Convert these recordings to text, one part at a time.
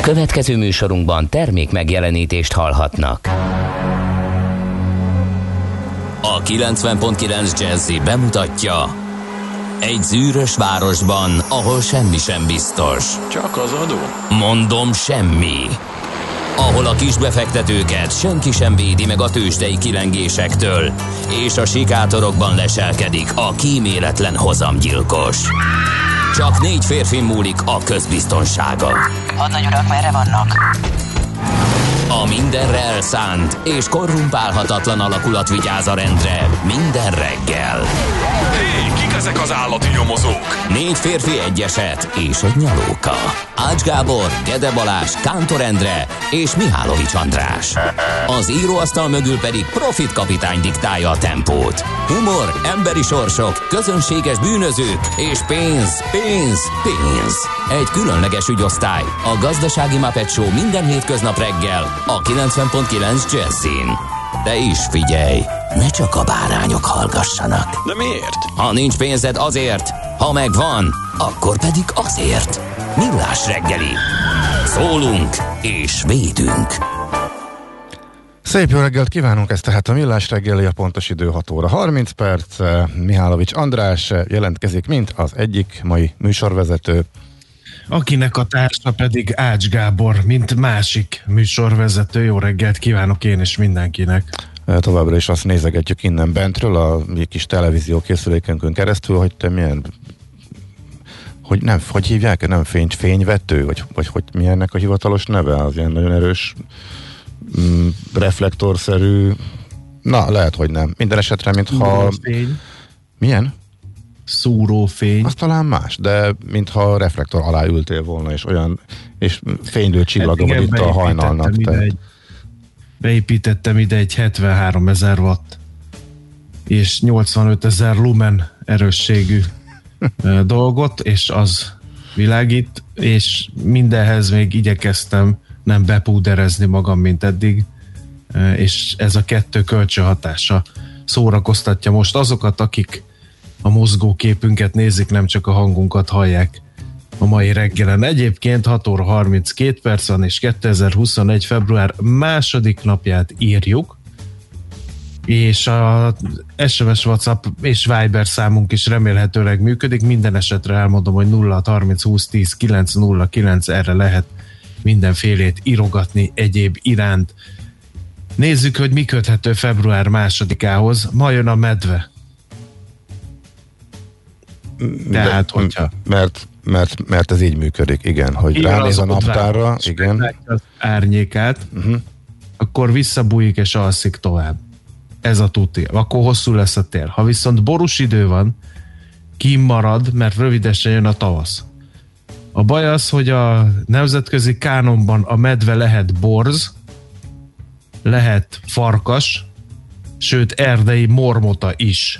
Következő műsorunkban termék megjelenítést hallhatnak. A 90.9 Jazzy bemutatja: egy zűrös városban, ahol semmi sem biztos. Csak az adó? Mondom, semmi. Ahol a kisbefektetőket senki sem védi meg a tőzsdei kilengésektől, és a sikátorokban leselkedik a kíméletlen hozamgyilkos. Csak 4 férfi múlik a közbiztonsága. Hadnagy urak, merre vannak? A mindenre elszánt és korrumpálhatatlan alakulat vigyáz a rendre minden reggel. Hé, kik ezek az állati nyomozók? 4 férfi, egy eset és egy nyalóka. Ács Gábor, Gede Balázs, Kántor Endre és Mihálovics András. Az íróasztal mögül pedig Profit kapitány diktálja a tempót. Humor, emberi sorsok, közönséges bűnözők és pénz, pénz, pénz. Egy különleges ügyosztály, a Gazdasági Muppet Show minden hétköznap reggel a 90.9 Jazzyn. De is figyelj, ne csak a bárányok hallgassanak. De miért? Ha nincs pénzed, azért, ha megvan, akkor pedig azért. Millás reggeli. Szólunk és védünk. Szép jó reggelt kívánunk, ez tehát a Millás reggeli, a pontos idő 6 óra 30 perc. Mihálovics András jelentkezik, mint az egyik mai műsorvezető. Akinek a társa pedig Ács Gábor, mint másik műsorvezető. Jó reggelt kívánok én és mindenkinek. Továbbra is azt nézegetjük innen bentről, a kis televízió készülékünkön keresztül, hogy te milyen, hogy hívják, nem fényvető, vagy hogy mi ennek a hivatalos neve, az ilyen nagyon erős reflektorszerű, na lehet, hogy nem. Minden esetre, mintha... Szúrófény. Milyen? Szúrófény. Az talán más, de mintha reflektor alá ültél volna, és olyan, és fénylő csillaga vagy itt a hajnalnak. Beépítettem ide egy 73 000 watt és 85 000 lumen erősségű dolgot, és az világít, és mindenhez még igyekeztem nem bepúderezni magam, mint eddig, és ez a kettő kölcsönhatása szórakoztatja most azokat, akik a mozgóképünket nézik, nem csak a hangunkat hallják a mai reggelen. Egyébként 6 óra 32 perc van, és 2021. február második napját írjuk, és a SMS, WhatsApp és Viber számunk is remélhetőleg működik. Minden esetre elmondom, hogy 0630 20 10 909, erre lehet mindenfélét írogatni egyéb iránt. Nézzük, hogy mi köthető február másodikához. Ma jön a medve. Tehát, hogyha... Mert ez így működik, igen, hogy ránéz a naptárra, igen. Az árnyékát, akkor visszabújik és alszik tovább. Ez a tuti. Akkor hosszú lesz a tél. Ha viszont borús idő van, kimarad, mert rövidesen jön a tavasz. A baj az, hogy a nemzetközi kánonban a medve lehet borz, lehet farkas, sőt erdei mormota is.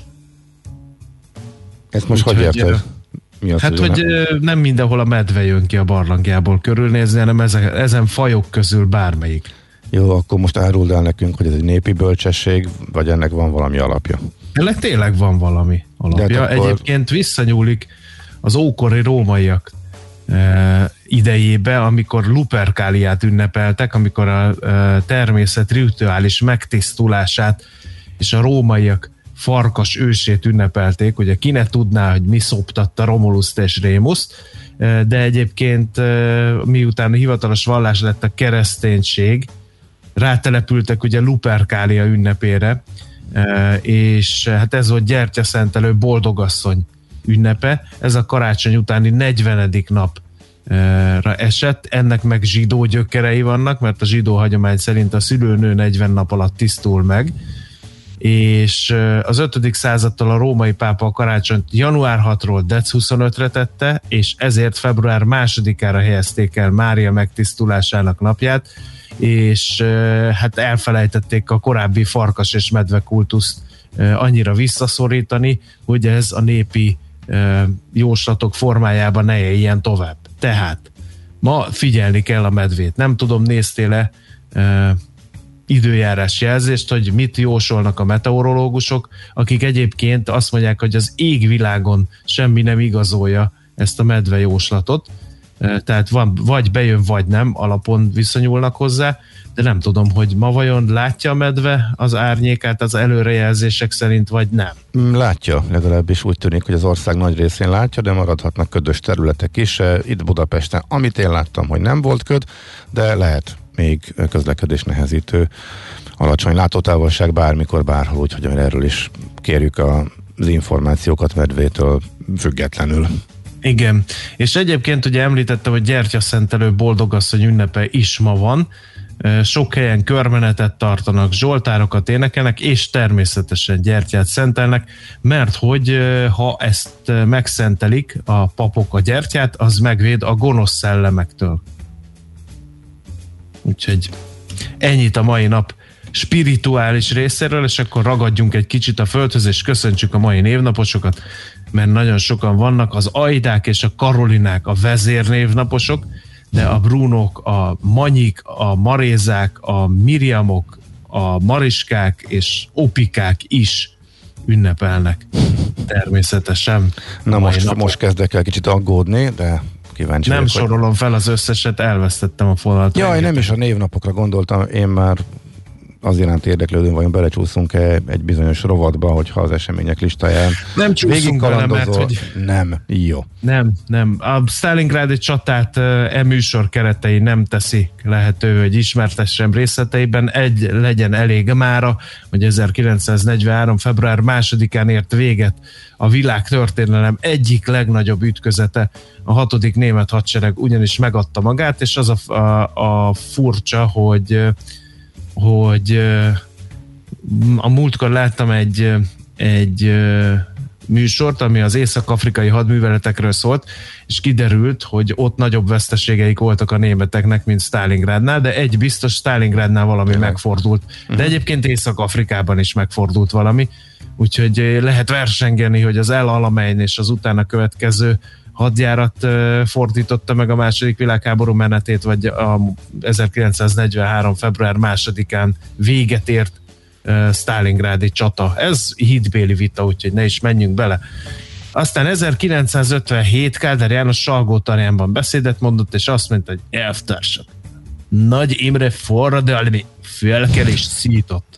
Ezt most hogy érted? Hát, hogy nem mindenhol a medve jön ki a barlangjából körülnézni, hanem ezen fajok közül bármelyik. Jó, akkor most áruld el nekünk, hogy ez egy népi bölcsesség, vagy ennek van valami alapja? Ennek tényleg van valami alapja. Akkor... Egyébként visszanyúlik az ókori rómaiak idejébe, amikor Luperkáliát ünnepeltek, amikor a természet rituális megtisztulását és a rómaiak farkas ősét ünnepelték, ugye ki ne tudná, hogy mi szoptatta Romuluszt és Rémuszt, de egyébként miután a hivatalos vallás lett a kereszténység, rátelepültek ugye Luperkália ünnepére, és hát ez volt gyertyaszentelő boldogasszony ünnepe, ez a karácsony utáni 40. napra esett, ennek meg zsidó gyökerei vannak, mert a zsidó hagyomány szerint a szülőnő 40 nap alatt tisztul meg, és az 5. századtól a római pápa a karácsonyt január 6-ról dec 25-re tette, és ezért február 2-ára helyezték el Mária megtisztulásának napját, és hát elfelejtették a korábbi farkas és medve kultuszt annyira visszaszorítani, hogy ez a népi jóslatok formájában ne éljen tovább. Tehát ma figyelni kell a medvét. Nem tudom, néztél-e időjárás jelzést, hogy mit jósolnak a meteorológusok, akik egyébként azt mondják, hogy az égvilágon semmi nem igazolja ezt a medve jóslatot. Tehát van, vagy bejön, vagy nem, alapon viszonyulnak hozzá, de nem tudom, hogy ma vajon látja a medve az árnyékát az előrejelzések szerint, vagy nem. Látja, legalábbis úgy tűnik, hogy az ország nagy részén látja, de maradhatnak ködös területek is. Itt Budapesten, amit én láttam, hogy nem volt köd, de lehet még közlekedés nehezítő, alacsony látótávolság bármikor, bárhol, úgyhogy erről is kérjük az információkat Medvétől függetlenül. Igen, és egyébként ugye említettem, hogy gyertyaszentelő boldogasszony ünnepe is ma van. Sok helyen körmenetet tartanak, zsoltárokat énekelnek, és természetesen gyertyát szentelnek, mert hogy ha ezt megszentelik a papok a gyertyát, az megvéd a gonosz szellemektől. Úgyhogy ennyit a mai nap spirituális részéről, és akkor ragadjunk egy kicsit a földhöz, és köszöntsük a mai névnaposokat, mert nagyon sokan vannak, az Aidák és a Karolinák a vezérnévnaposok, de a Brunók, a Manyik, a Marézák, a Miriamok, a Mariskák és Opikák is ünnepelnek. Természetesen. Na most kezdek el kicsit aggódni, de kíváncsi nem vagyok, sorolom fel az összeset, elvesztettem a fonalat. Jaj, nem is a névnapokra gondoltam, én már az iránt érdeklődöm, vajon belecsúszunk-e egy bizonyos rovatba, hogyha az események listáján nem csúszunk bele, mert hogy... Nem, jó. Nem. A Stalingrádi csatát műsor keretei nem teszi lehető, hogy ismertessem részleteiben. Legyen elég mára, hogy 1943. február 2-án ért véget a világtörténelem egyik legnagyobb ütközete. A 6. német hadsereg ugyanis megadta magát, és az a furcsa, hogy a múltkor láttam egy műsort, ami az észak-afrikai hadműveletekről szólt, és kiderült, hogy ott nagyobb veszteségeik voltak a németeknek, mint Stalingrádnál, de egy biztos, Stalingrádnál valami megfordult. De egyébként Észak-Afrikában is megfordult valami, úgyhogy lehet versengeni, hogy az El Alamein és az utána következő hadjárat fordította meg a második világháború menetét, vagy a 1943. február 2-án véget ért Stalingrádi csata. Ez hídbéli vita, úgyhogy ne is menjünk bele. Aztán 1957 Kádár János Salgótarjánban beszédet mondott, és azt mondta, hogy elvtársak, Nagy Imre forradalmi felkelést szított.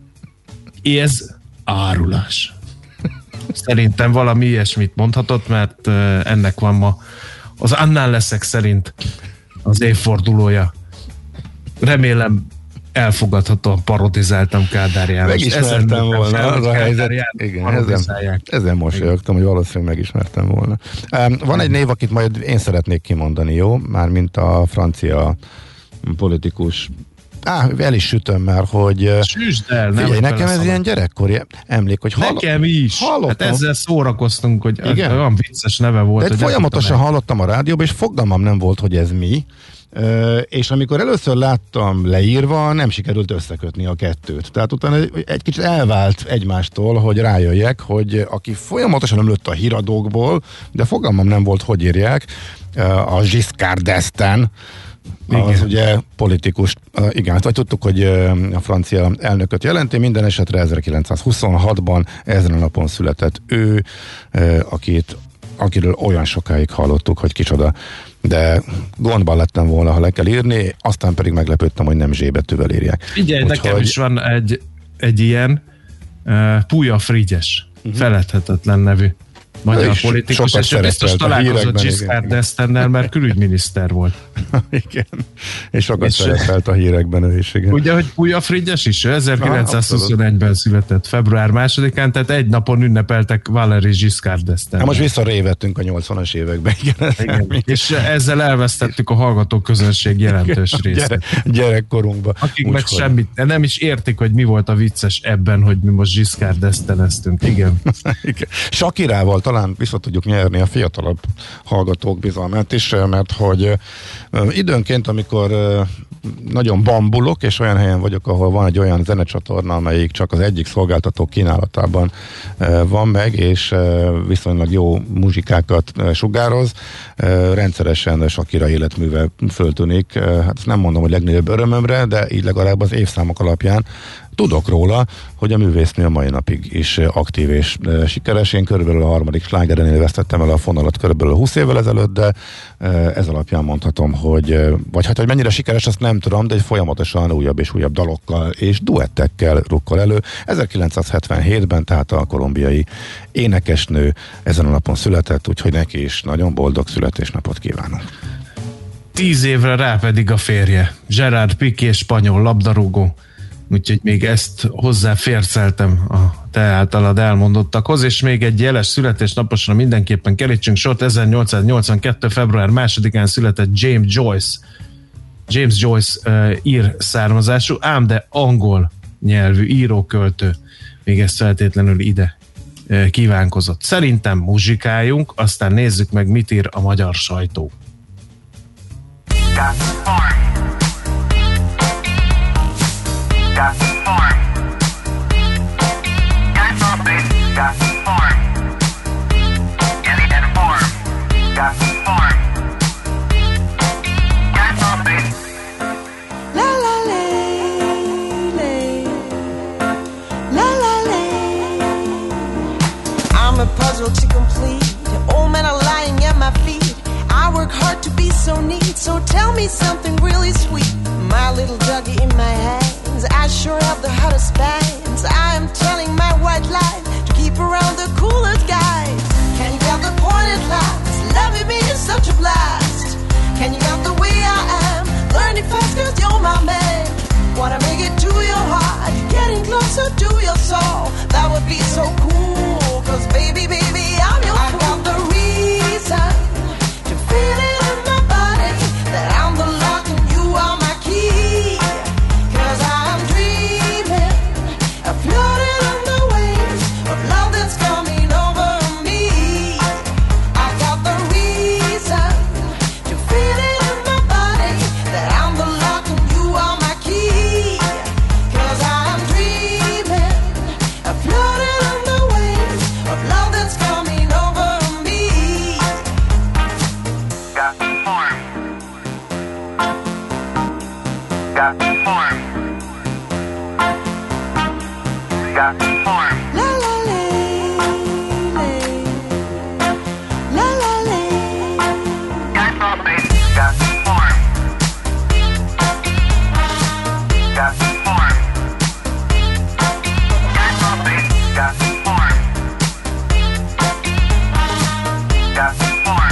Ez árulás. Szerintem valami ilyesmit mondhatott, mert ennek van ma az annál leszek szerint az évfordulója. Remélem elfogadhatóan parodizáltam Kádár János. Megismertem volna az a helyzet. Igen, ezen mosolyogtam, hogy valószínűleg megismertem volna. Van egy név, akit majd én szeretnék kimondani, jó? Mármint a francia politikus. El is sütöm már, hogy... Süsd el, nem. Figyelj, nekem ez ilyen gyerekkori emlék, hogy nekem is. Hallottam. Hát ezzel szórakoztunk, hogy olyan vicces neve volt. Tehát folyamatosan hallottam a rádióban, és fogalmam nem volt, hogy ez mi. És amikor először láttam leírva, nem sikerült összekötni a kettőt. Tehát utána egy kicsit elvált egymástól, hogy rájöjjek, hogy aki folyamatosan ömlött a híradókból, de fogalmam nem volt, hogy írják, a Giscard d'Estaing, az ugye politikus, igen, vagy tudtuk, hogy a francia elnököt jelenti, minden esetre 1926-ban ezen a napon született ő, akiről olyan sokáig hallottuk, hogy kicsoda, de gondban lettem volna, ha le kell írni, aztán pedig meglepődtem, hogy nem zsébetűvel írják. Figyelj, nekem is van egy ilyen Puja Frigyes, feledhetetlen nevű magyar politikus, és biztos találkozott Giscard d'Estaingnel, mert külügyminiszter volt. Igen, és sokat szerepelt a hírekben ő is, igen. Ugye, hogy Puja Frigyes is, 1921-ben született, február 2-án, tehát egy napon ünnepeltek Valéry Giscard d'Estaing. Most visszarévettünk a 80-as években, igen. És ezzel elvesztettük a hallgató közönség jelentős részét. Gyerekkorunkban. Akik meg semmit, nem is értik, hogy mi volt a vicces ebben, hogy mi most Giscard d'Estaing-eztünk. Igen. Shakirával talán vissza tudjuk nyerni a fiatalabb hallgatók bizalmát is, mert hogy időnként, amikor nagyon bambulok, és olyan helyen vagyok, ahol van egy olyan zenecsatorna, amelyik csak az egyik szolgáltató kínálatában van meg, és viszonylag jó muzsikákat sugároz, rendszeresen Shakira életműve föltűnik. Hát nem mondom, hogy legnagyobb örömömre, de így legalább az évszámok alapján tudok róla, hogy a művésznő a mai napig is aktív és sikeres. Én körülbelül a harmadik slágerenél vesztettem el a fonalat körülbelül 20 évvel ezelőtt, de ez alapján mondhatom, hogy hogy mennyire sikeres, azt nem tudom, de folyamatosan újabb és újabb dalokkal és duettekkel rukkol elő. 1977-ben, tehát a kolumbiai énekesnő ezen a napon született, úgyhogy neki is nagyon boldog születésnapot kívánok. 10 évre rá pedig a férje, Gerard Piqué, spanyol labdarúgó, úgyhogy még ezt hozzáférceltem a te általad elmondottakhoz, és még egy jeles születésnaposra mindenképpen kerítsünk sort. 1882. február 2-án született James Joyce. James Joyce ír származású, ám de angol nyelvű író-költő. Még ezt feltétlenül ide kívánkozott. Szerintem muzsikáljunk, aztán nézzük meg, mit ír a magyar sajtó. I'm a puzzle to complete. Old men are lying at my feet. I work hard to be so neat, so tell me something really sweet. My little doggy in my hands, I sure have the hottest bands. I am telling my white lie to keep around the coolest guys. Can you get the point at last? Loving me is such a blast. Can you get the way I am? Learning fast cause you're my man. Wanna make it to your heart, getting closer to your soul. That would be so cool, cause baby, baby, I'm your fool. I got the reason to feel it in my body, that I'm the lock and you are my key. Cause I'm dreaming of floating on the waves of love that's coming over me. I got the reason to feel it in my body, that I'm the lock and you are my key. Cause I'm dreaming of floating on the waves of love that's coming over me. Got form. Got form. Got form. La la la, la la la. Got something. Got form. Got form. Got something. Got form. Got form.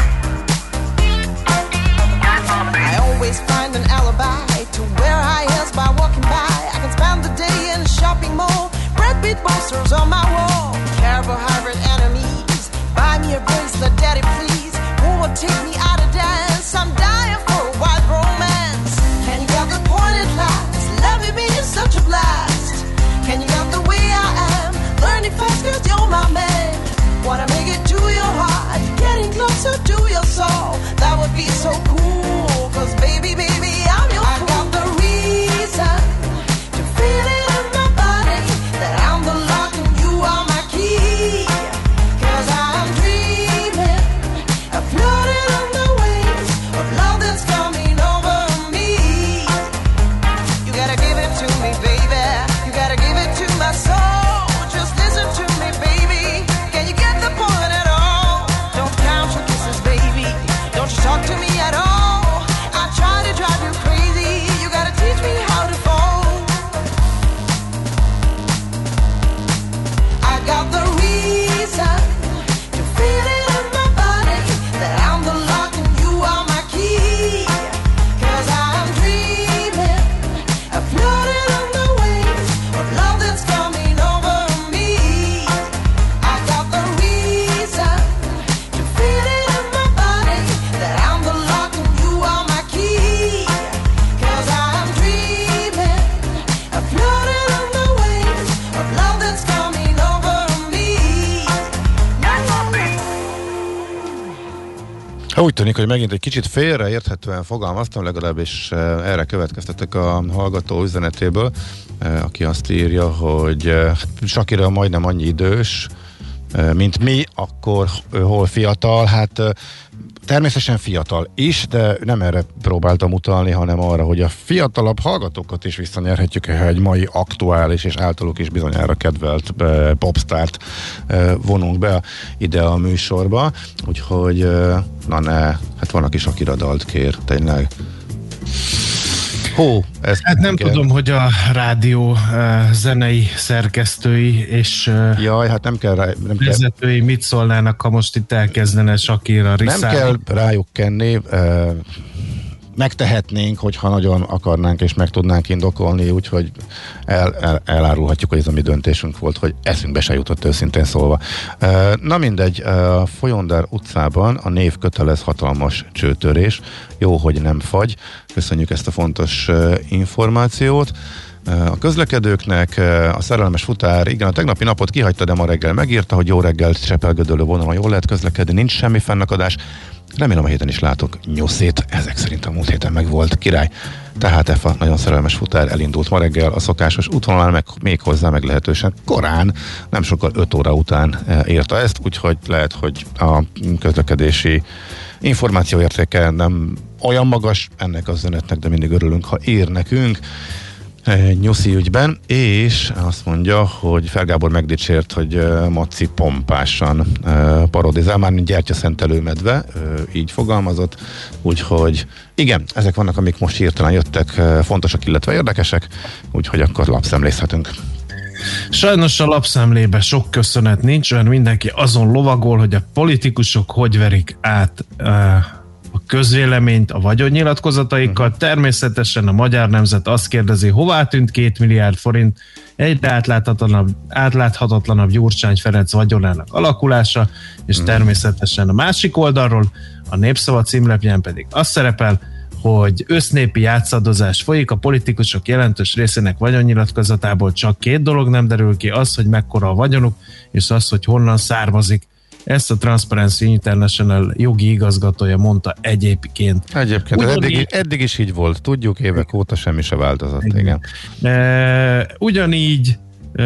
Got something. I always find an alibi to wear high heels by walking by. I can spend the day in a shopping mall. Brad Pitt posters on my wall. Carbohydrate enemies. Buy me a bracelet, daddy, please. Who will take me out to dance? I'm dying for a wild romance. Can you get the point at last? Loving me is such a blast. Can you get the way I am? Learning fast cause you're my man. Wanna make it to your heart, getting closer to your soul. That would be so cool, cause baby, baby, I'm your fool. I got the reason to feel it in my body, that I'm the lock and you are my key. Cause I'm dreaming of floating on the waves of love that's coming over me. You gotta give it to me, baby. You gotta give it to my soul. Just listen to me, baby. Can you get the point at all? Don't count your kisses, baby. Don't you talk to me at all. I try to drive you crazy. You gotta teach me how to fall. I got the reason to feel it in my body, that I'm the lock and you are my key. Cause I'm dreaming of floating on the waves of love that's coming over me. I got the reason to feel it in my body, that I'm the lock and you are my key. Cause I'm dreaming of floating on the waves of love that's coming over me. Got something. Úgy tűnik, hogy megint egy kicsit félreérthetően fogalmaztam, legalábbis erre következtetek a hallgató üzenetéből, aki azt írja, hogy Shakira majdnem annyi idős, mint mi, akkor hol fiatal, hát természetesen fiatal is, de nem erre próbáltam utalni, hanem arra, hogy a fiatalabb hallgatókat is visszanyerhetjük, ha egy mai aktuális és általuk is bizonyára kedvelt popstárt vonunk be ide a műsorba, úgyhogy na ne, hát van, aki Shakira dalt kér, tényleg. Hát nem tudom, hogy a rádió zenei szerkesztői és jaj, hát nem kell vezetői mit szólnának, ha most itt elkezdene Shakira riszálni. Nem kell rájuk kenni, megtehetnénk, hogyha nagyon akarnánk és meg tudnánk indokolni, úgyhogy elárulhatjuk, hogy ez a mi döntésünk volt, hogy eszünkbe se jutott, őszintén szólva. Na mindegy, a Folyondár utcában a név kötelez hatalmas csőtörés. Jó, hogy nem fagy. Köszönjük ezt a fontos információt. A közlekedőknek a szerelmes futár, igen, a tegnapi napot kihagyta, de ma reggel megírta, hogy jó reggelt, Csepel-Gödöllő vonalon jól lehet közlekedni, nincs semmi fennakadás. Remélem a héten is látok nyuszét, ezek szerint a múlt héten meg volt, király. Tehát Efa nagyon szerelmes futár elindult ma reggel a szokásos útvonalán, meg még hozzá meglehetősen korán, nem sokkal 5 óra után érte ezt, úgyhogy lehet, hogy a közlekedési információértéke nem olyan magas ennek az üzenetnek, de mindig örülünk, ha ír nekünk nyuszi ügyben, és azt mondja, hogy Felgábor megdicsért, hogy Maci pompásan parodizál, már mint gyertyaszentelőmedve, így fogalmazott, úgyhogy igen, ezek vannak, amik most hirtelen jöttek, fontosak, illetve érdekesek, úgyhogy akkor lapszemlézhetünk. Sajnos a lapszemlébe sok köszönet nincs, mert mindenki azon lovagol, hogy a politikusok hogy verik át a közvéleményt a vagyonnyilatkozataikkal. Természetesen a magyar nemzet azt kérdezi, hová tűnt 2 milliárd forint egyre átláthatatlanabb Gyurcsány Ferenc vagyonának alakulása, és természetesen a másik oldalról a Népszava címlapján pedig az szerepel, hogy össznépi játszadozás folyik, a politikusok jelentős részének vagyonnyilatkozatából csak 2 dolog nem derül ki, az, hogy mekkora a vagyonuk, és az, hogy honnan származik. Ezt a Transparency International jogi igazgatója mondta egyébként. Eddig is így volt. Tudjuk, évek óta semmi se változott. Igen. Ugyanígy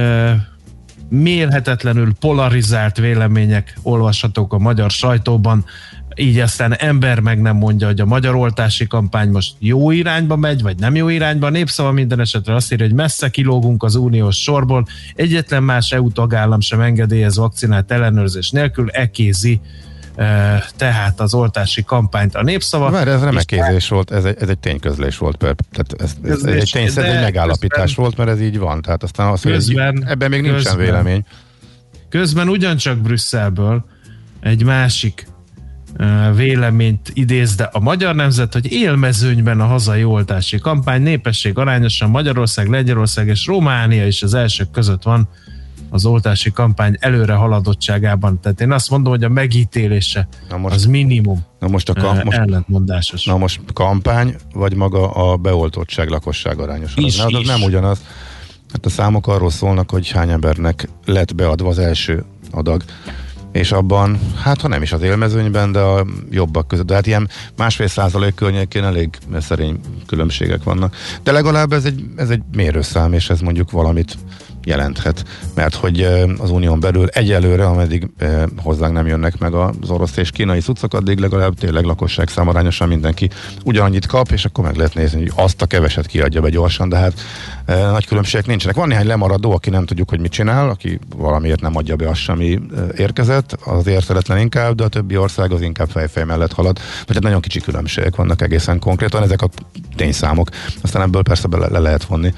mérhetetlenül polarizált vélemények olvashatók a magyar sajtóban, így aztán ember meg nem mondja, hogy a magyar oltási kampány most jó irányba megy, vagy nem jó irányba. A Népszava minden esetre azt írja, hogy messze kilógunk az uniós sorból, egyetlen más EU tagállam sem engedélyez vakcinát ellenőrzés nélkül, ekézi tehát az oltási kampányt a Népszava. Már ez nem ekézés volt, ez egy tényközlés volt, tehát ez egy tényszerű megállapítás volt, mert ez így van, tehát aztán az, hogy ebben még nincsen vélemény. Közben ugyancsak Brüsszelből egy másik véleményt idézde a Magyar Nemzet, hogy élmezőnyben a hazai oltási kampány, népesség arányosan Magyarország, Lengyelország és Románia is az elsők között van az oltási kampány előre haladottságában. Tehát én azt mondom, hogy a megítélése az minimum ellentmondásos. Na most kampány, vagy maga a beoltottság, lakosság arányosan? Az nem ugyanaz. Hát a számok arról szólnak, hogy hány embernek lett beadva az első adag, és abban, hát ha nem is az élmezőnyben, de a jobbak között. De hát ilyen 1,5% környékén elég szerény különbségek vannak. De legalább ez egy mérőszám, és ez mondjuk valamit jelenthet. Mert hogy az unión belül egyelőre, ameddig hozzánk nem jönnek meg az orosz és kínai cuccok, addig legalább tényleg lakosság számarányosan mindenki ugyanannyit kap, és akkor meg lehet nézni, hogy azt a keveset kiadja be gyorsan, de hát nagy különbségek nincsenek. Van néhány lemaradó, aki nem tudjuk, hogy mit csinál, aki valamiért nem adja be azt, ami érkezett, az érthetetlen inkább, de a többi ország az inkább fejfej mellett halad. Vagy hát nagyon kicsi különbségek vannak egészen konkrétan, ezek a tényszámok. Aztán ebből persze le lehet vonni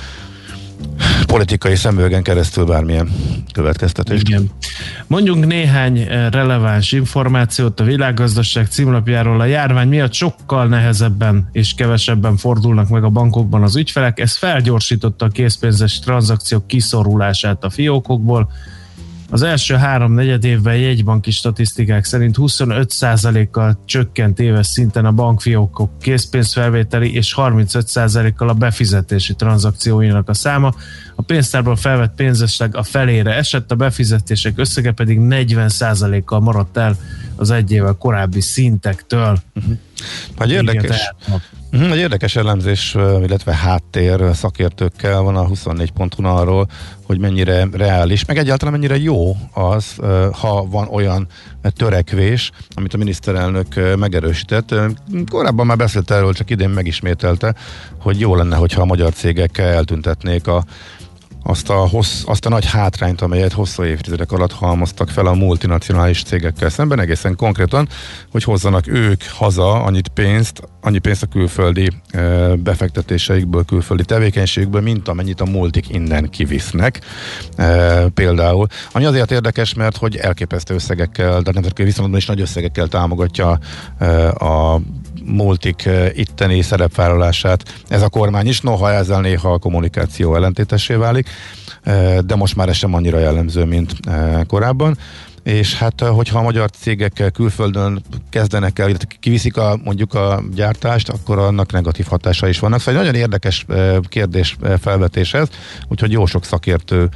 politikai szemüvegen keresztül bármilyen következtetést. Igen. Mondjunk néhány releváns információt a Világgazdaság címlapjáról. A járvány miatt sokkal nehezebben és kevesebben fordulnak meg a bankokban az ügyfelek. Ez felgyorsította a készpénzes tranzakciók kiszorulását a fiókokból. Az első 3-4 évben jegybanki statisztikák szerint 25%-kal csökkent éves szinten a bankfiókok készpénzfelvételi és 35%-kal a befizetési tranzakcióinak a száma. A pénztárból felvett pénzösszeg a felére esett, a befizetések összege pedig 40%-kal maradt el az egy évvel korábbi szintektől. Egy érdekes elemzés, illetve háttér szakértőkkel van a 24.hu arról, hogy mennyire reális, meg egyáltalán mennyire jó az, ha van olyan törekvés, amit a miniszterelnök megerősített. Korábban már beszélt erről, csak idén megismételte, hogy jó lenne, hogyha a magyar cégek eltüntetnék azt a nagy hátrányt, amelyet hosszú évtizedek alatt halmoztak fel a multinacionális cégekkel szemben, egészen konkrétan, hogy hozzanak ők haza annyi pénzt a külföldi befektetéseikből, külföldi tevékenységükből, mint amennyit a multik innen kivisznek. Például. Ami azért érdekes, mert hogy elképesztő összegekkel, de nemzetközi viszonylatban is nagy összegekkel támogatja a multik itteni szerepvállalását ez a kormány is, noha ezzel néha a kommunikáció ellentétessé válik, de most már ez sem annyira jellemző, mint korábban. És hát, hogyha a magyar cégek külföldön kezdenek el, kiviszik mondjuk a gyártást, akkor annak negatív hatása is vannak. Szóval egy nagyon érdekes kérdés felvetés ez, úgyhogy jó sok szakértő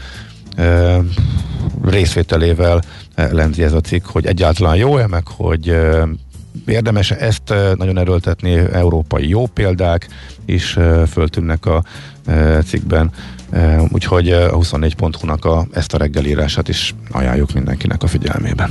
részvételével elemzi ez a cikk, hogy egyáltalán jó-e, meg hogy érdemes ezt nagyon erőltetni, európai jó példák is föltűnnek a cikkben, úgyhogy a 24.hu-nak ezt a reggelírását is ajánljuk mindenkinek a figyelmében.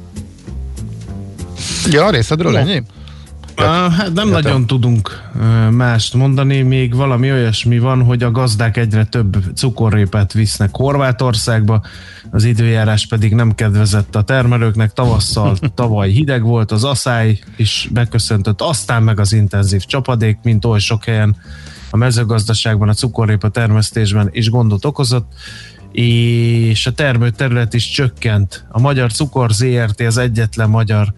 Ja, a részedről ennyi? Hát nem nagyon tudunk mást mondani, még valami olyasmi van, hogy a gazdák egyre több cukorrépát visznek Horvátországba, az időjárás pedig nem kedvezett a termelőknek, tavasszal tavaly hideg volt, az aszály is beköszöntött, aztán meg az intenzív csapadék, mint oly sok helyen a mezőgazdaságban, a cukorrépa termesztésben is gondot okozott, és a termőterület is csökkent. A Magyar Cukor ZRT az egyetlen magyar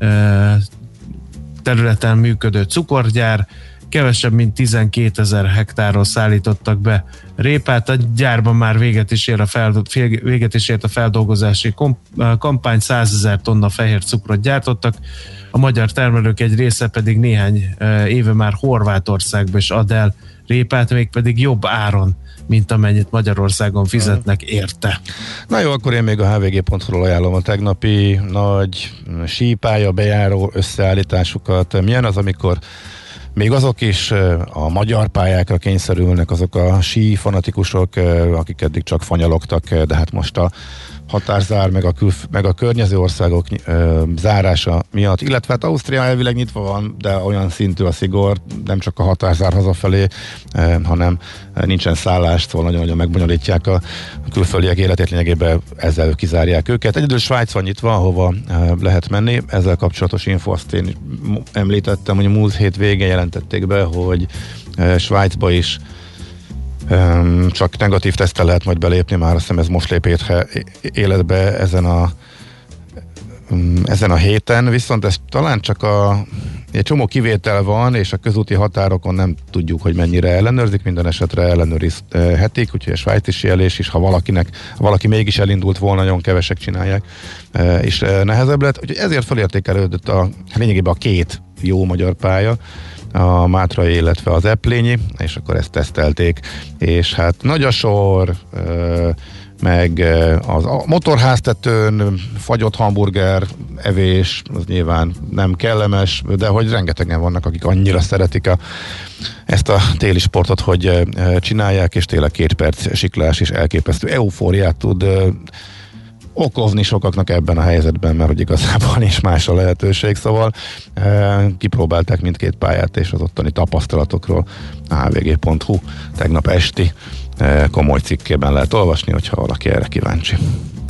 területen működő cukorgyár, kevesebb mint 12 000 hektáról szállítottak be répát. A gyárban már véget is ért a feldolgozási kampány, 100 000 tonna fehér cukrot gyártottak. A magyar termelők egy része pedig néhány éve már Horvátországba is ad el répát, mégpedig jobb áron, mint amennyit Magyarországon fizetnek érte. Na jó, akkor én még a hvg.hu-ról ajánlom a tegnapi nagy sípálya bejáró összeállításukat. Milyen az, amikor még azok is a magyar pályákra kényszerülnek, azok a sí fanatikusok, akik eddig csak fanyalogtak, de hát most a határzár, meg a környező országok zárása miatt, illetve hát Ausztria elvileg nyitva van, de olyan szintű a szigor, nem csak a határzár hazafelé, hanem nincsen szállás, szóval nagyon-nagyon megbonyolítják a külföldiek életét, lényegében ezzel kizárják őket. Egyedül Svájc van nyitva, ahova lehet menni. Ezzel kapcsolatos info, azt én említettem, hogy a múlt hét végén jelentették be, hogy Svájcba is csak negatív teszttel lehet majd belépni, már azt hiszem ez most lép életbe ezen a héten, viszont ez talán csak egy csomó kivétel van, és a közúti határokon nem tudjuk, hogy mennyire ellenőrzik, minden esetre ellenőrizhetik, úgyhogy a svájci jelés is, ha valaki mégis elindult volna, nagyon kevesek csinálják, és nehezebb lett, úgyhogy ezért felértékelődött lényegében a két jó magyar pálya, a Mátrai, illetve az Eplényi, és akkor ezt tesztelték, és hát nagy a sor, meg a motorháztetőn fagyott hamburger evés, az nyilván nem kellemes, de hogy rengetegen vannak, akik annyira szeretik ezt a téli sportot, hogy csinálják, és tényleg 2 perc siklás is elképesztő eufóriát tud okozni sokaknak ebben a helyzetben, mert hogy igazából nincs más a lehetőség, szóval kipróbálták mindkét pályát, és az ottani tapasztalatokról a hvg.hu tegnap esti komoly cikkében lehet olvasni, hogyha valaki erre kíváncsi.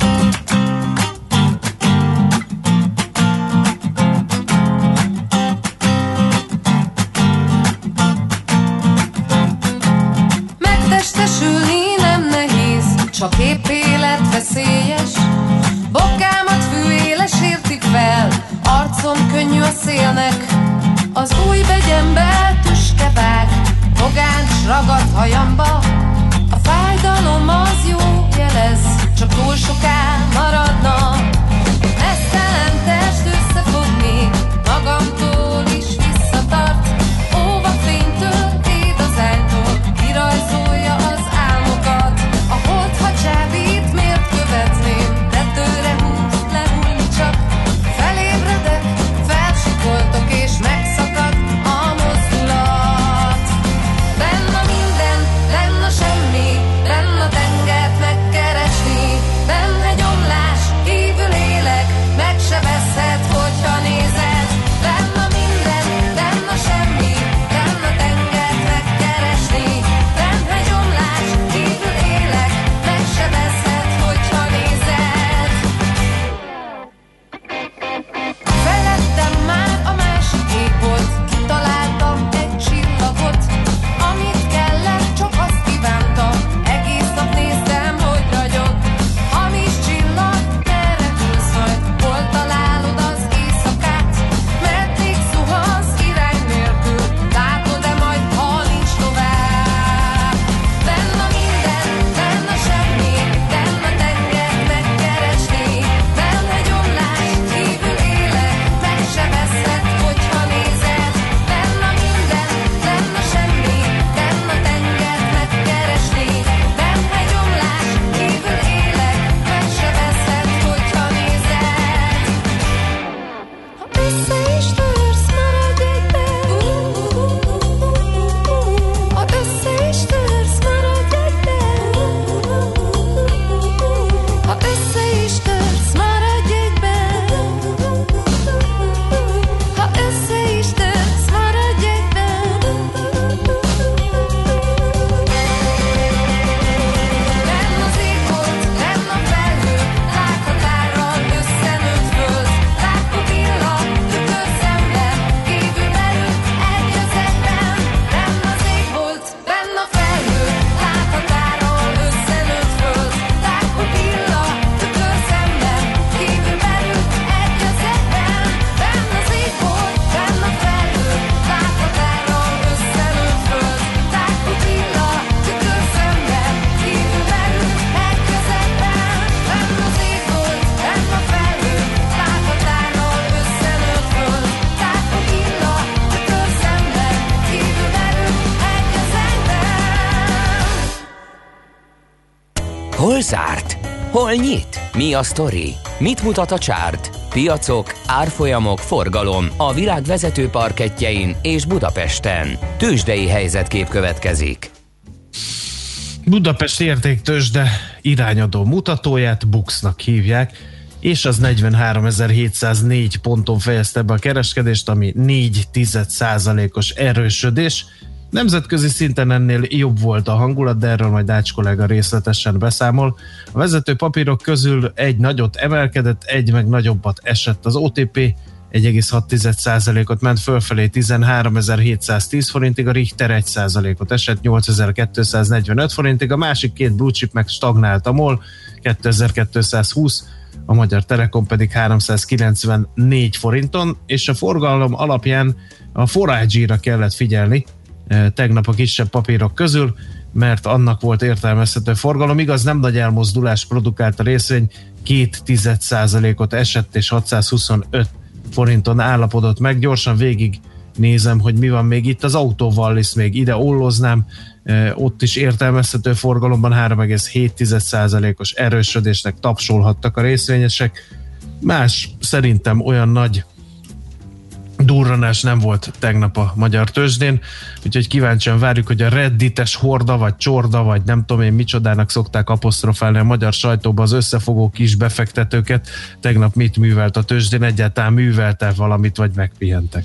Megtestesülni nem nehéz, csak épp életveszélyes. Bokámat fűéles érti fel, arcom könnyű a szélnek. Az új begyembe tüskevág, fogáncs ragad hajamba. A fájdalom az jó jelez, csak túl soká maradna. Esztelen test összefogni, magamtól is visszatart. Óva fénytől, édazánytól, kirajzolja az álmokat. A hold, ha csábít, miért követném? Tetőre húz, lehújni csak. Felébredek, felsikoltok és megszakad Hol zárt? Hol nyit? Mi a sztori? Mit mutat a csárt? Piacok, árfolyamok, forgalom a világ vezető parkettjein és Budapesten. Tőzsdei helyzetkép következik. Budapest értéktőzsde irányadó mutatóját BUX-nak hívják, és az 43.704 ponton fejezte be a kereskedést, ami 0,4%-os erősödés. Nemzetközi szinten ennél jobb volt a hangulat, de erről majd Ács kollega részletesen beszámol. A vezető papírok közül egy nagyot emelkedett, egy meg nagyobbat esett. Az OTP 1,6%-ot ment fölfelé 13.710 forintig, a Richter 1%-ot esett 8.245 forintig, a másik két blue chip meg stagnált, a MOL 2220, a Magyar Telekom pedig 394 forinton, és a forgalom alapján a 4IG-ra kellett figyelni tegnap a kisebb papírok közül, mert annak volt értelmezhető forgalom. Igaz, nem nagy elmozdulás produkált a részvény, 0,2%-ot esett és 625 forinton állapodott meg. Gyorsan végig nézem, hogy mi van még itt. Az Autovallis még ide olloznám, ott is értelmezhető forgalomban 3,7%-os erősödésnek tapsolhattak a részvényesek. Más szerintem olyan nagy durranás nem volt tegnap a magyar tőzsdén, úgyhogy kíváncsian várjuk, hogy a reddites horda, vagy csorda, vagy nem tudom én micsodának szokták apostrofálni a magyar sajtóba az összefogó kis befektetőket. Tegnap mit művelt a tőzsdén? Egyáltalán művelte valamit, vagy megpihentek?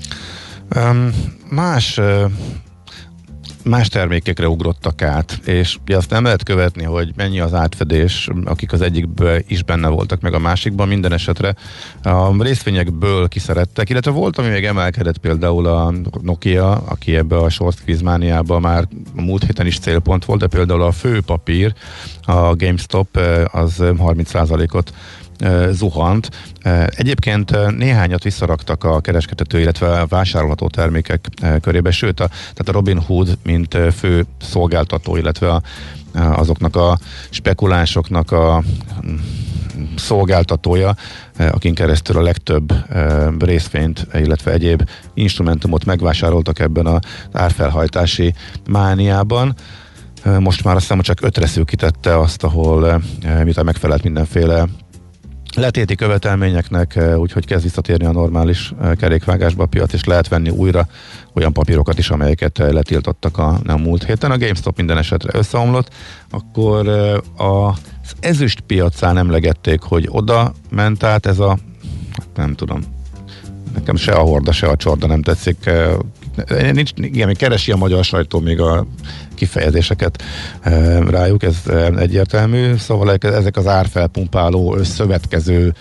Más termékekre ugrottak át, és ugye azt nem lehet követni, hogy mennyi az átfedés, akik az egyikben is benne voltak, meg a másikban. Minden esetre a részvényekből kiszerettek, illetve volt, ami még emelkedett, például a Nokia, aki ebbe a short squeeze-mániába már a múlt héten is célpont volt, de például a fő papír, a GameStop, az 30%-ot zuhant. Egyébként néhányat visszaraktak a kereskedhető, illetve a vásárolható termékek körébe, sőt, tehát a Robinhood, mint fő szolgáltató, illetve azoknak a spekulánsoknak a szolgáltatója, akin keresztül a legtöbb részvényt, illetve egyéb instrumentumot megvásároltak ebben az árfelhajtási mániában. Most már azt hiszem, csak 5-re szűkítette azt, ahol miután megfelelt mindenféle letéti követelményeknek, úgyhogy kezd visszatérni a normális kerékvágásba a piac, és lehet venni újra olyan papírokat is, amelyeket letiltottak a múlt héten. A GameStop minden esetre összeomlott, akkor az ezüst piacán emlegették, hogy oda ment át ez a, nem tudom, nekem se a horda, se a csorda nem tetszik. Igen, még keresi a magyar sajtó még a kifejezéseket rájuk, ez egyértelmű. Szóval ezek az árfelpumpáló, szövetkező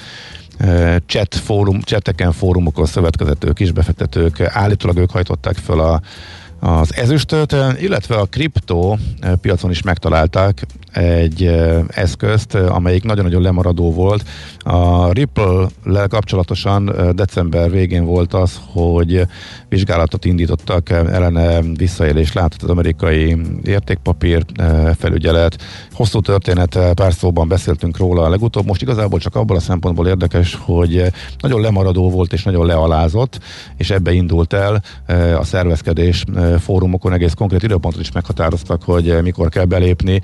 cseteken, fórumokon szövetkezető kisbefektetők, állítólag ők hajtották föl az ezüstöt, illetve a kriptó piacon is megtalálták egy eszközt, amelyik nagyon-nagyon lemaradó volt. A Ripple-lel kapcsolatosan december végén volt az, hogy vizsgálatot indítottak ellene, visszaélés látott az amerikai értékpapír felügyelet. Hosszú történet, pár szóban beszéltünk róla a legutóbb. Most igazából csak abból a szempontból érdekes, hogy nagyon lemaradó volt és nagyon lealázott, és ebbe indult el a szervezkedés fórumokon, egész konkrét időpontot is meghatároztak, hogy mikor kell belépni,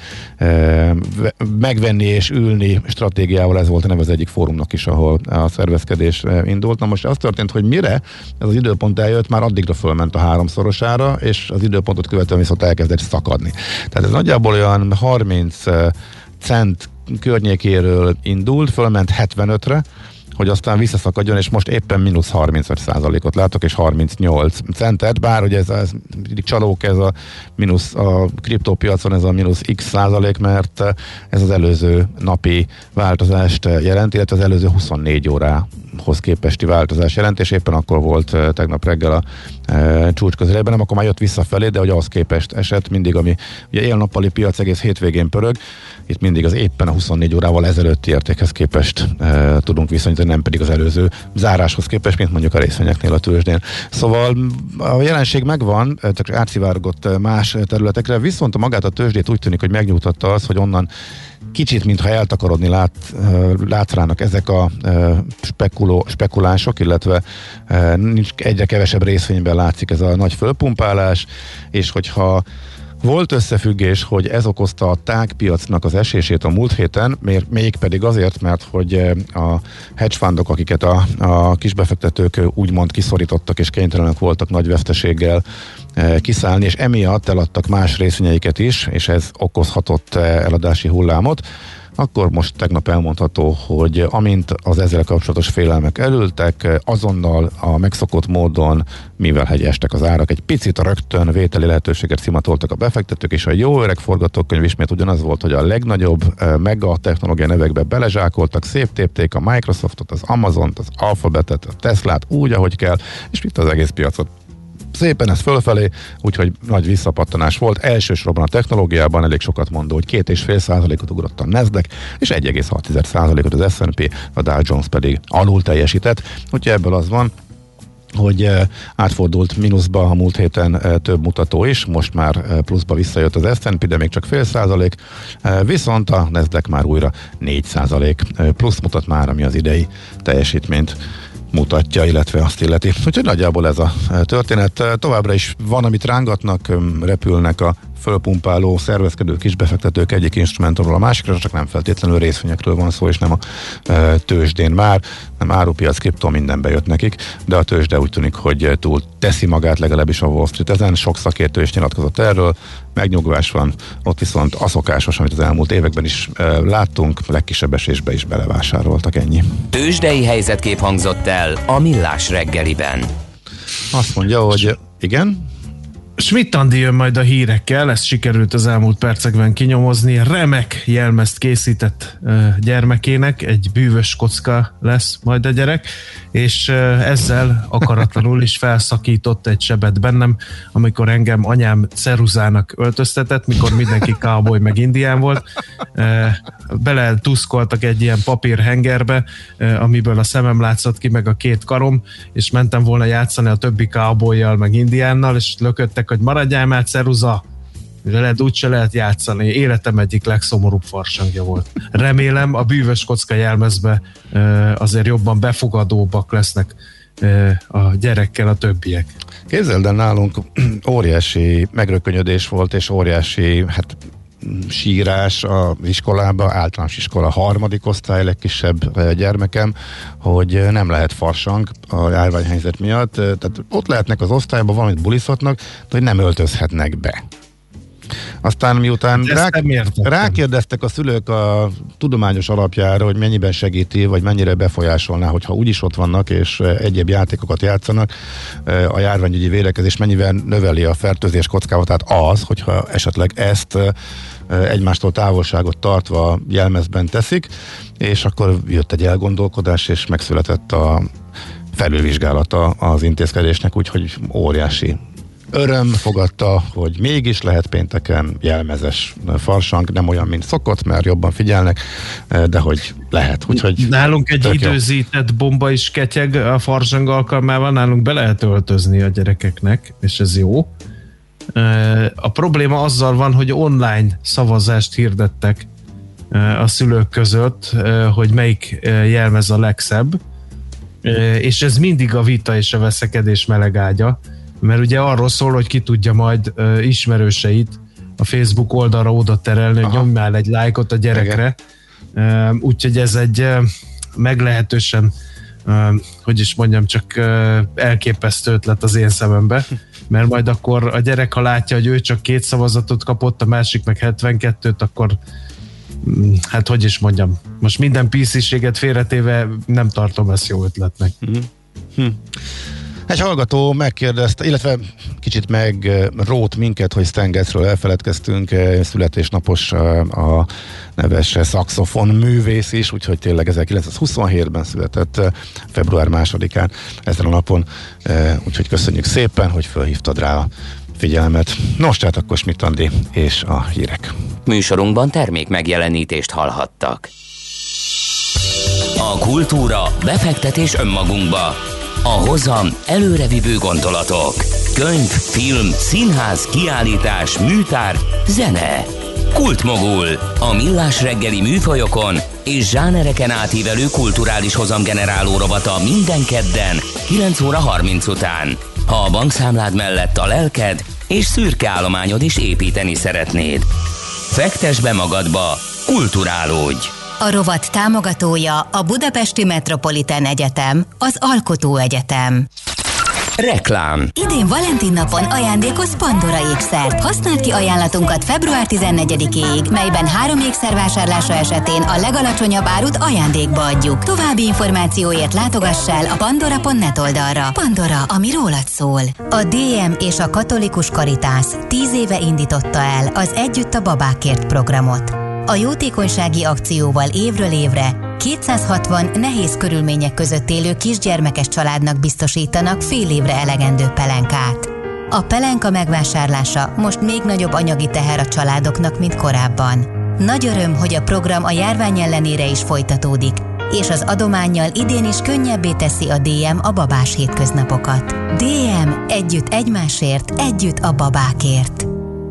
megvenni és ülni stratégiával. Ez volt a neve az egyik fórumnak is, ahol a szervezkedés indult. Na most az történt, hogy mire ez az időpont eljött, már addigra fölment a 3-szorosára, és az időpontot követően viszont elkezdett szakadni. Tehát ez nagyjából olyan 30 cent környékéről indult, fölment 75-re, hogy aztán visszaszakadjon, és most éppen mínusz 35%-ot látok, és 38 centet, bár ugye ez csalók, ez a mínusz a kriptópiacon, ez a mínusz x százalék, mert ez az előző napi változást jelent, illetve az előző 24 órához képesti változás jelent, és éppen akkor volt tegnap reggel a csúcs közelében, nem akkor már jött visszafelé, de hogy ahhoz képest esett mindig, ami ugye él-nappali piac egész hétvégén pörög, itt mindig az éppen a 24 órával ezelőtti értékhez képest tudunk viszonyítani, nem pedig az előző záráshoz képest, mint mondjuk a részvényeknél a tőzsdén. Szóval a jelenség megvan, csak átszivárgott más területekre, viszont magát a tőzsdét úgy tűnik, hogy megnyugtatta az, hogy onnan kicsit, mintha eltakarodni látrának ezek a spekulánsok, illetve egyre kevesebb részvényben látszik ez a nagy fölpumpálás, és hogyha Volt összefüggés, hogy ez okozta a tágpiacnak az esését a múlt héten, mégpedig azért, mert hogy a hedge fundok, akiket a kisbefektetők úgymond kiszorítottak és kénytelenek voltak nagy veszteséggel kiszállni, és emiatt eladtak más részvényeiket is, és ez okozhatott eladási hullámot. Akkor most tegnap elmondható, hogy amint az ezzel kapcsolatos félelmek elültek, azonnal a megszokott módon, mivel hegyestek az árak, egy picit rögtön vételi lehetőséget szimatoltak a befektetők, és a jó öreg forgatókönyv ismét ugyanaz volt, hogy a legnagyobb mega technológia nevekbe belezsákoltak, széttépték a Microsoftot, az Amazont, az Alphabetet, a Teslát úgy, ahogy kell, és itt az egész piacot szépen ez fölfelé, úgyhogy nagy visszapattanás volt. Elsősorban a technológiában elég sokat mondó, hogy 2,5%-ot ugrott a Nasdaq, és 1,6%-ot az S&P, a Dow Jones pedig alul teljesített. Úgyhogy ebből az van, hogy átfordult mínuszba a múlt héten több mutató is, most már pluszba visszajött az S&P, de még csak 0,5%, viszont a Nasdaq már újra 4% plusz mutat már, ami az idei teljesítményt mutatja, illetve azt illeti. Úgyhogy nagyjából ez a történet. Továbbra is van, amit rángatnak, repülnek a fölpumpáló, szervezkedő kisbefektetők egyik instrumentumról a másikra, csak nem feltétlenül részvényekről van szó, és nem a tőzsdén már, nem árupiac, kriptó, minden bejött nekik, de a tőzsde úgy tűnik, hogy túl teszi magát, legalábbis a Wall Street ezen. Sok szakértő is nyilatkozott erről, megnyugvás van, ott viszont a szokásos, amit az elmúlt években is láttunk, legkisebb esésbe is belevásároltak, ennyi. Tőzsdei helyzetkép hangzott el a Millás reggeliben. Azt mondja, hogy igen. Schmidt Andi jön majd a hírekkel, ezt sikerült az elmúlt percekben kinyomozni. Remek jelmezt készített gyermekének, egy bűvös kocka lesz majd a gyerek, és ezzel akaratlanul is felszakított egy sebet bennem, amikor engem anyám ceruzának öltöztetett, mikor mindenki cowboy meg indián volt. Bele tuszkoltak egy ilyen papírhengerbe, amiből a szemem látszott ki, meg a két karom, és mentem volna játszani a többi cowboyjal meg indiánnal, és lököttek, hogy maradjál már, ceruza, úgyse lehet játszani. Életem egyik legszomorúbb farsangja volt. Remélem a bűvös kocka jelmezbe azért jobban befogadóbbak lesznek a gyerekkel a többiek. Képzeld el, nálunk óriási megrökönyödés volt, és óriási sírás az iskolába, általános iskola 3. osztály, legkisebb gyermekem, hogy nem lehet farsang a járványhelyzet miatt, tehát ott lehetnek az osztályban, valamit bulizhatnak, de hogy nem öltözhetnek be. Aztán miután rákérdeztek a szülők a tudományos alapjára, hogy mennyiben segíti, vagy mennyire befolyásolná, hogyha úgyis ott vannak, és egyéb játékokat játszanak, a járványügyi védekezés mennyivel növeli a fertőzés kockázatát az, hogyha esetleg ezt egymástól távolságot tartva jelmezben teszik, és akkor jött egy elgondolkodás, és megszületett a felülvizsgálata az intézkedésnek, úgyhogy óriási öröm fogadta, hogy mégis lehet pénteken jelmezes farsang, nem olyan, mint szokott, mert jobban figyelnek, de hogy lehet. Úgyhogy nálunk egy időzített bomba is ketyeg a farsang alkalmával, nálunk be lehet öltözni a gyerekeknek, és ez jó. A probléma azzal van, hogy online szavazást hirdettek a szülők között, hogy melyik jelmez a legszebb, és ez mindig a vita és a veszekedés melegágya, mert ugye arról szól, hogy ki tudja majd ismerőseit a Facebook oldalra oda terelni, hogy nyomjál egy lájkot a gyerekre. Úgyhogy ez egy meglehetősen, hogy is mondjam, csak elképesztő ötlet az én szemembe, mert majd akkor a gyerek, ha látja, hogy ő csak 2 szavazatot kapott, a másik meg 72-t, akkor hát hogy is mondjam, most minden PC-séget félretéve nem tartom ezt jó ötletnek. Egy hallgató megkérdezte, illetve kicsit megrót minket, hogy Stan Getzről elfeledkeztünk, születésnapos a neves szaxofon művész is, úgyhogy tényleg 1927-ben született, február 2-án ezen a napon, úgyhogy köszönjük szépen, hogy felhívtad rá a figyelmet. Nos, tehát akkor Schmidt Andi és a hírek. Műsorunkban termék megjelenítést hallhattak. A kultúra, befektetés önmagunkba. A hozam előrevívő gondolatok. Könyv, film, színház, kiállítás, műtárgy, zene. Kultmogul. A Millás reggeli műfajokon és zsánereken átívelő kulturális hozamgeneráló rovata minden kedden 9 óra 30 után. Ha a bankszámlád mellett a lelked és szürke állományod is építeni szeretnéd. Fektesd be magadba, kulturálódj! A rovat támogatója a Budapesti Metropolitán Egyetem, az Alkotó Egyetem. Reklám. Idén Valentin napon ajándékoz Pandora ékszert. Használd ki ajánlatunkat február 14-éig, melyben 3 ékszer vásárlása esetén a legalacsonyabb árut ajándékba adjuk. További információért látogass el a pandora.net oldalra. Pandora, ami rólad szól. A DM és a Katolikus Karitász 10 éve indította el az Együtt a babákért programot. A jótékonysági akcióval évről évre 260 nehéz körülmények között élő kisgyermekes családnak biztosítanak fél évre elegendő pelenkát. A pelenka megvásárlása most még nagyobb anyagi teher a családoknak, mint korábban. Nagy öröm, hogy a program a járvány ellenére is folytatódik, és az adománnyal idén is könnyebbé teszi a DM a babás hétköznapokat. DM, együtt egymásért, együtt a babákért.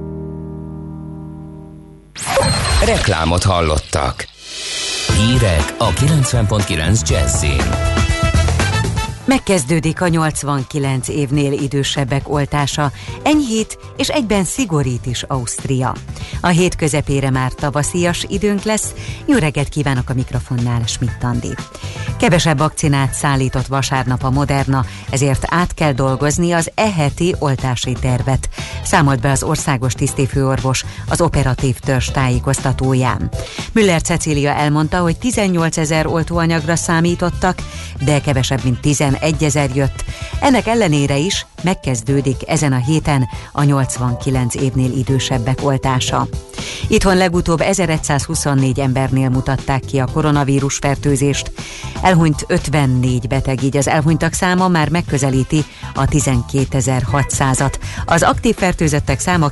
Reklámot hallottak. Hírek a 90.9 Jazzin. Megkezdődik a 89 évnél idősebbek oltása, enyhít és egyben szigorít is Ausztria. A hét közepére már tavaszias időnk lesz. Jó reggelt kívánok, a mikrofonnál Schmidt Andi. Kevesebb vakcinát szállított vasárnap a Moderna, ezért át kell dolgozni az heti oltási tervet, számolt be az országos tisztifőorvos az operatív törzs tájékoztatóján. Müller Cecília elmondta, hogy 18 000 oltóanyagra számítottak, de kevesebb mint 11 000 jött. Ennek ellenére is megkezdődik ezen a héten a 89 évnél idősebbek oltása. Itthon legutóbb 1124 embernél mutatták ki a koronavírus fertőzést. Elhunyt 54 beteg, így az elhunytak száma már megközelíti a 12.600-at. Az aktív fertőzöttek száma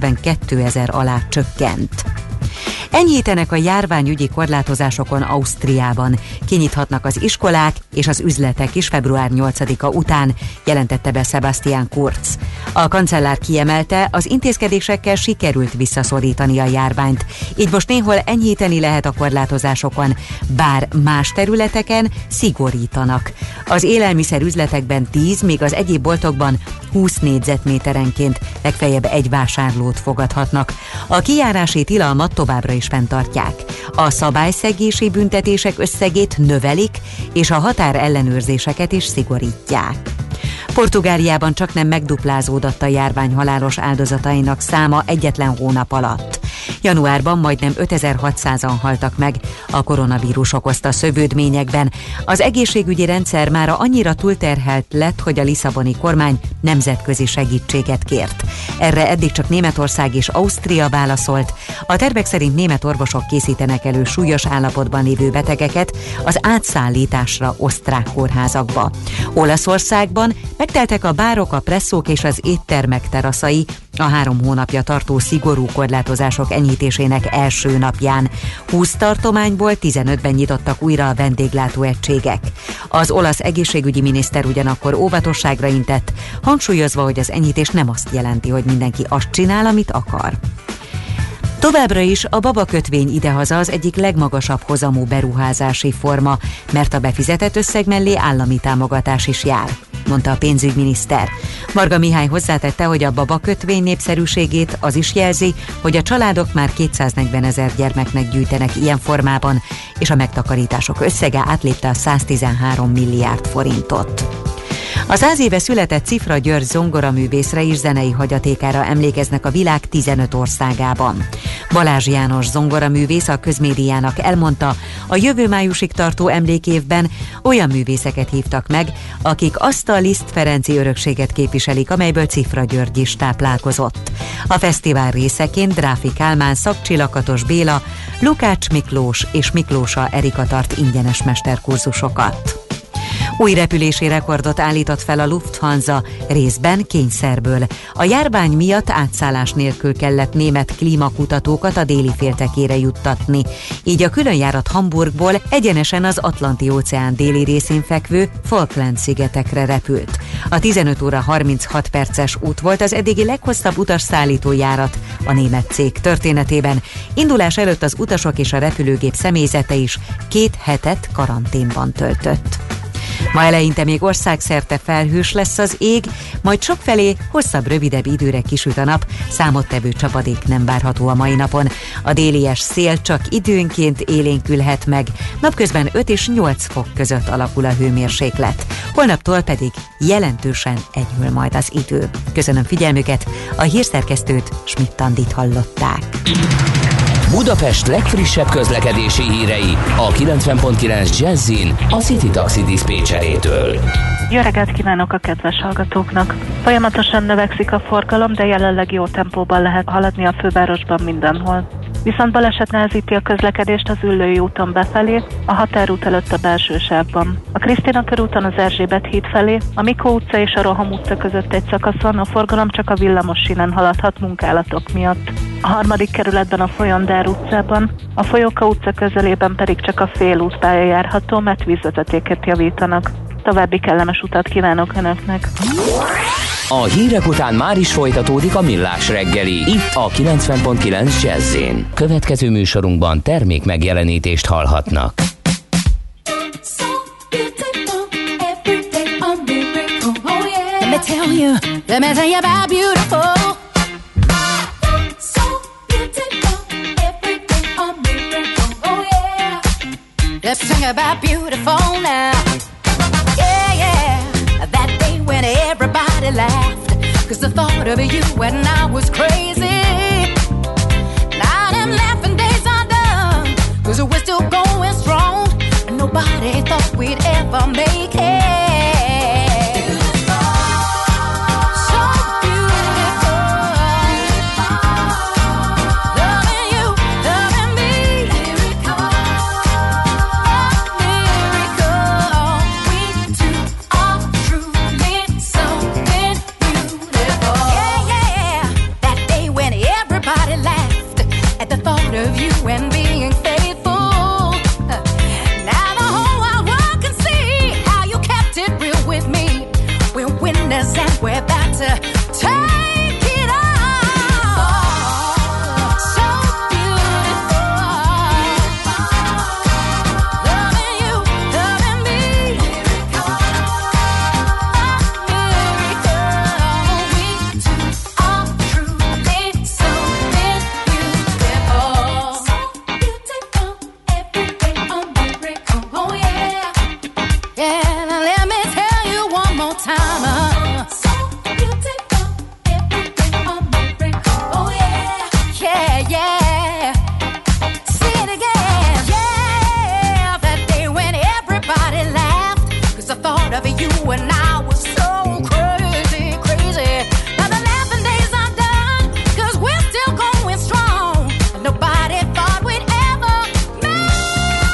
92 000 alá csökkent. Enyhítenek a járványügyi korlátozásokon Ausztriában. Kinyithatnak az iskolák és az üzletek is február 8-a után, jelentette be Sebastian Kurz. A kancellár kiemelte, az intézkedésekkel sikerült visszaszorítani a járványt, így most néhol enyhíteni lehet a korlátozásokon, bár más területeken szigorítanak. Az élelmiszer üzletekben 10, míg az egyéb boltokban 20 négyzetméterenként legfeljebb egy vásárlót fogadhatnak. A kijárási tilalmat továbbra is fenntartják. A szabályszegési büntetések összegét növelik, és a határellenőrzéseket is szigorítják. Portugáliában csaknem megduplázódott a járvány halálos áldozatainak száma egyetlen hónap alatt. Januárban majdnem 5600-an haltak meg a koronavírus okozta szövődményekben. Az egészségügyi rendszer mára annyira túlterhelt lett, hogy a lisszaboni kormány nemzetközi segítséget kért. Erre eddig csak Németország és Ausztria válaszolt. A tervek szerint német orvosok készítenek elő súlyos állapotban lévő betegeket az átszállításra osztrák kórházakba. Olaszországban megteltek a bárok, a presszók és az éttermek teraszai a 3 hónapja tartó szigorú korlátozások enyhítésének első napján. 20 tartományból 15-ben nyitottak újra a vendéglátóegységek. Az olasz egészségügyi miniszter ugyanakkor óvatosságra intett, hangsúlyozva, hogy az enyhítés nem azt jelenti, hogy mindenki azt csinál, amit akar. Továbbra is a babakötvény idehaza az egyik legmagasabb hozamú beruházási forma, mert a befizetett összeg mellé állami támogatás is jár, mondta a pénzügyminiszter. Marga Mihály hozzátette, hogy a babakötvény népszerűségét az is jelzi, hogy a családok már 240 000 gyermeknek gyűjtenek ilyen formában, és a megtakarítások összege átlépte a 113 milliárd forintot. A 100 éve született Cifra György zongoraművészre és zenei hagyatékára emlékeznek a világ 15 országában. Balázs János zongoraművész a Közmédiának elmondta, a jövő májusig tartó emlékévben olyan művészeket hívtak meg, akik azt a Liszt Ferenci örökséget képviselik, amelyből Cifra György is táplálkozott. A fesztivál részeként Dráfi Kálmán, Szakcsi Lakatos Béla, Lukács Miklós és Miklósa Erika tart ingyenes mesterkurzusokat. Új repülési rekordot állított fel a Lufthansa, részben kényszerből. A járvány miatt átszállás nélkül kellett német klímakutatókat a déli féltekére juttatni. Így a különjárat Hamburgból egyenesen az Atlanti-óceán déli részén fekvő Falkland-szigetekre repült. A 15 óra 36 perces út volt az eddigi leghosszabb utasszállító járat a német cég történetében. Indulás előtt az utasok és a repülőgép személyzete is 2 hetet karanténban töltött. Ma eleinte még országszerte felhős lesz az ég, majd sokfelé hosszabb, rövidebb időre kisüt a nap, számottevő csapadék nem várható a mai napon. A délies szél csak időnként élénkülhet meg, napközben 5 és 8 fok között alakul a hőmérséklet. Holnaptól pedig jelentősen enyhül majd az idő. Köszönöm figyelmüket, a hírszerkesztőt, Schmidt-Andit hallották. Budapest legfrissebb közlekedési hírei a 90.9 Jazzin a City Taxi diszpécserétől. Jó reggelt kívánok a kedves hallgatóknak! Folyamatosan növekszik a forgalom, de jelenleg jó tempóban lehet haladni a fővárosban mindenhol. Viszont baleset nehezíti a közlekedést az Üllői úton befelé, a Határút előtt a belső sávban. A Krisztina körúton az Erzsébet híd felé, a Mikó utca és a Roham utca között egy szakaszon a forgalom csak a villamos sínen haladhat munkálatok miatt. A 3. kerületben a Folyondár utcában, a Folyóka utca közelében pedig csak a félútpálya járható, mert vízvezetéket javítanak. További kellemes utat kívánok Önöknek! A hírek után már is folytatódik a Millás reggeli, itt a 90.9 Jazz-én. Következő műsorunkban termék megjelenítést hallhatnak. Let me tell you about beautiful. Let's sing about beautiful now. Yeah, yeah. That day when everybody laughed, 'cause the thought of you and I was crazy. Now them laughing days are done, 'cause we're still going strong, and nobody thought we'd ever make it. Of you and being faithful. Now the whole wide world can see how you kept it real with me. We're winners and we're about to take it all. So beautiful. Loving you, loving me. Miracle. We two are truly something beautiful. Yeah, now let me tell you one more time. So beautiful, everything a miracle. Oh yeah, yeah, yeah. Say it again. Yeah, that day when everybody laughed, 'cause the thought of you and I was so crazy, crazy. Now the laughing days are done, 'cause we're still going strong. Nobody thought we'd ever make it.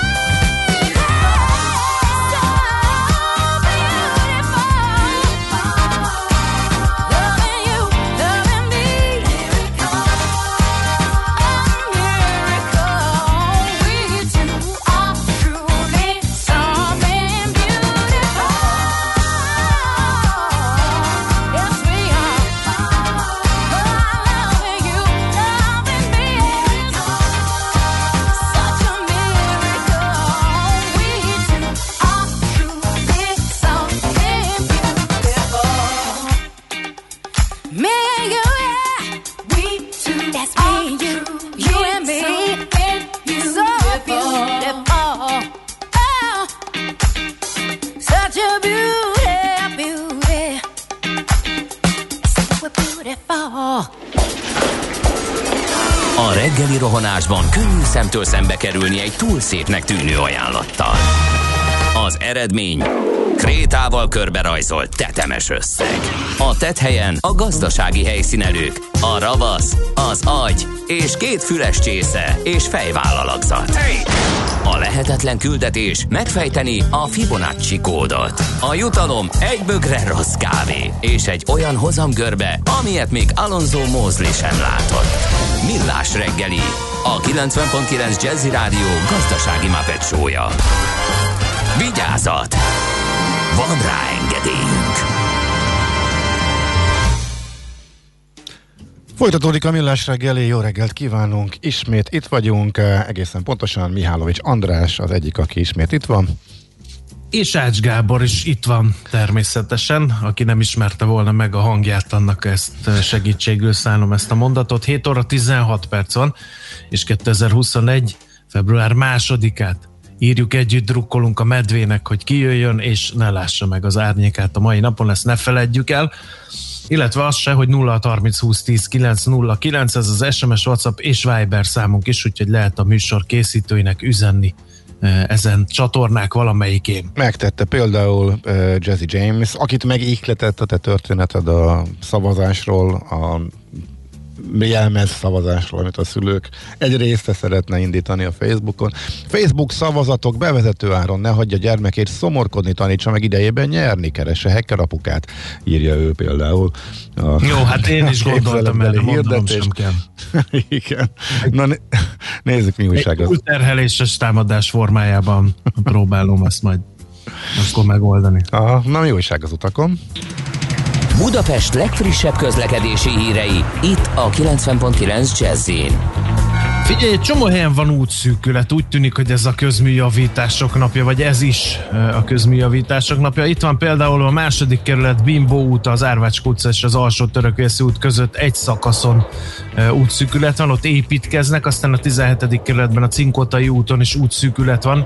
A reggeli rohanásban könnyű szemtől szembe kerülni egy túl szépnek tűnő ajánlattal. Az eredmény krétával körberajzolt tetemes összeg. A tetthelyen a gazdasági helyszínelők, a ravasz, az agy és 2 füles csésze és fejvállalakzat. A lehetetlen küldetés megfejteni a Fibonacci kódot. A jutalom egy bögre rossz kávé és egy olyan hozamgörbe, amilyet még Alonso Mosley sem látott. Millás reggeli, a 90.9 Jazzy Rádió gazdasági Muppet show-ja. Vigyázat! Van rá engedélyünk! Folytatódik a Millás reggeli, jó reggelt kívánunk! Ismét itt vagyunk, egészen pontosan Mihálovics András az egyik, aki ismét itt van. És Ács Gábor is itt van természetesen, aki nem ismerte volna meg a hangját, annak ezt segítségül szállom ezt a mondatot. 7 óra 16 perc van, és 2021. február 2-át írjuk együtt, drukkolunk a medvének, hogy kijöjjön, és ne lássa meg az árnyékát a mai napon, ezt ne feledjük el. Illetve az se, hogy 0-30 20 10 909, ez az SMS, WhatsApp és Viber számunk is, úgyhogy lehet a műsor készítőinek üzenni ezen csatornák valamelyikén. Megtette például Jesse James, akit megihletett a te történeted a szavazásról, a jelmez szavazásról, amit a szülők egy részre szeretne indítani a Facebookon. Facebook szavazatok bevezető áron, ne hagyja gyermekét szomorkodni, tanítsa meg idejében nyerni, keresse hacker apukát, írja ő például. Jó, hát én is gondoltam erre, mondanom sem kell. Igen. Na nézzük, mi újság az. Túlterheléses támadás formájában próbálom ezt majd akkor megoldani. Aha, na mi újság az utakon? Budapest legfrissebb közlekedési hírei, itt a 90.9 Jazz-in. Figyelj, egy csomó helyen van útszűkület, úgy tűnik, hogy ez a közműjavítások napja, vagy ez is a közműjavítások napja. Itt van például a 2. kerület Bimbó út, az Árvácska utca és az Alsó Törökvészi út között egy szakaszon útszűkület van, ott építkeznek, aztán a 17. kerületben a Cinkotai úton is útszűkület van.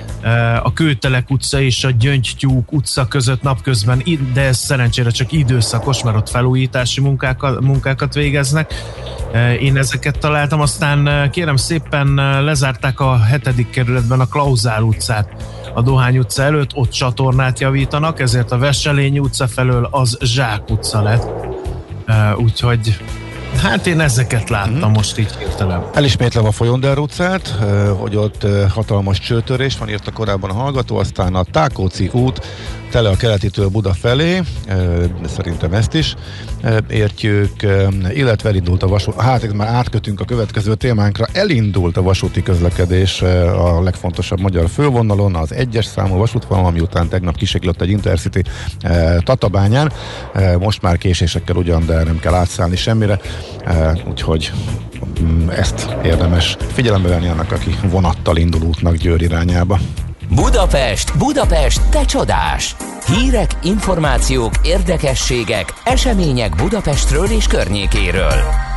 A Kőtelek utca és a Gyöngytyúk utca között napközben, de ez szerencsére csak időszakos, mert ott felújítási munkákat végeznek. Én ezeket találtam, aztán kérem szépen lezárták a 7. kerületben a Klauzál utcát a Dohány utca előtt, ott csatornát javítanak, ezért a Veselényi utca felől az Zsák utca lett. Úgyhogy hát én ezeket láttam most így hirtelen. Elismétlem a Folyonder utcát, hogy ott hatalmas csőtörés van, írta korábban a hallgató, aztán a Tákóczi út tele a Keletitől Buda felé, szerintem ezt is értjük, illetve elindult a vasút, hát itt már átkötünk a következő témánkra, elindult a vasúti közlekedés a legfontosabb magyar fővonalon, az 1-es számú vasútvonalon, ami után tegnap kiseglott egy Intercity Tatabányán, most már késésekkel ugyan, de nem kell átszállni semmire, úgyhogy ezt érdemes figyelembe venni annak, aki vonattal indul útnak Győr irányába. Budapest, Budapest, te csodás! Hírek, információk, érdekességek, események Budapestről és környékéről.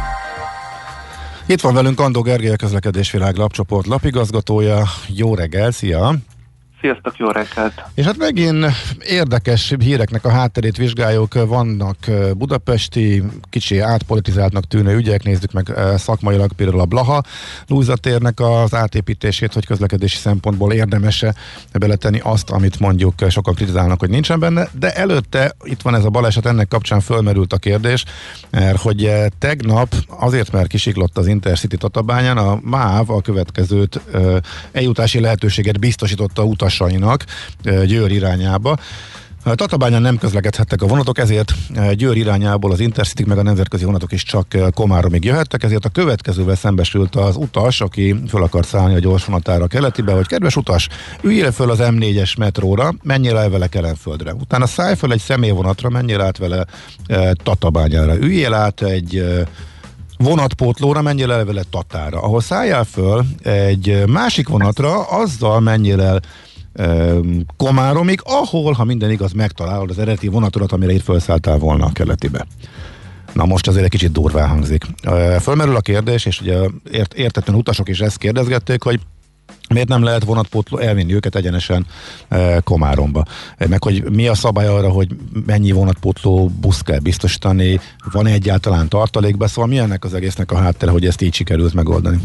Itt van velünk Andó Gergely, a Közlekedésvilág lapcsoport lapigazgatója. Jó reggel, szia! Sziasztok, jó reggelt! És hát megint érdekes híreknek a hátterét vizsgáljuk, vannak budapesti, kicsi átpolitizáltnak tűnő ügyek, nézzük meg szakmailag például a Blaha Lujza térnek az átépítését, hogy közlekedési szempontból érdemes-e beletenni azt, amit mondjuk sokan kritizálnak, hogy nincsen benne, de előtte itt van ez a baleset, ennek kapcsán fölmerült a kérdés, mert hogy tegnap azért, mert kisiklott az Intercity Tatabányán, a MÁV a következőt eljutási lehetőséget biztosította utasainak Győr irányába. Tatabányán nem közlekedhettek a vonatok, ezért Győr irányából az Intercity meg a nemzetközi vonatok is csak Komáromig jöhettek, ezért a következővel szembesült az utas, aki föl akart szállni a gyorsvonatára keletibe, hogy kedves utas, üljél föl az M4-es metróra, menjél el vele Kelenföldre. Utána szállj föl egy személyvonatra, menjél át vele Tatabányára. Üljél át egy vonatpótlóra, menjél el vele Tatára. Ahol szálljál föl egy másik vonatra, azzal menjél el Komáromig, ahol, ha minden igaz, megtalálod az eredeti vonatodat, amire itt felszálltál volna a keletibe. Na most azért egy kicsit durván hangzik. Fölmerül a kérdés, és ugye értetlen utasok is ezt kérdezgették, hogy miért nem lehet vonatpótló elvinni őket egyenesen Komáromba? Meg hogy mi a szabály arra, hogy mennyi vonatpótló busz kell biztosítani, van egyáltalán tartalékba, szóval mi ennek az egésznek a háttere, hogy ezt így sikerült megoldani?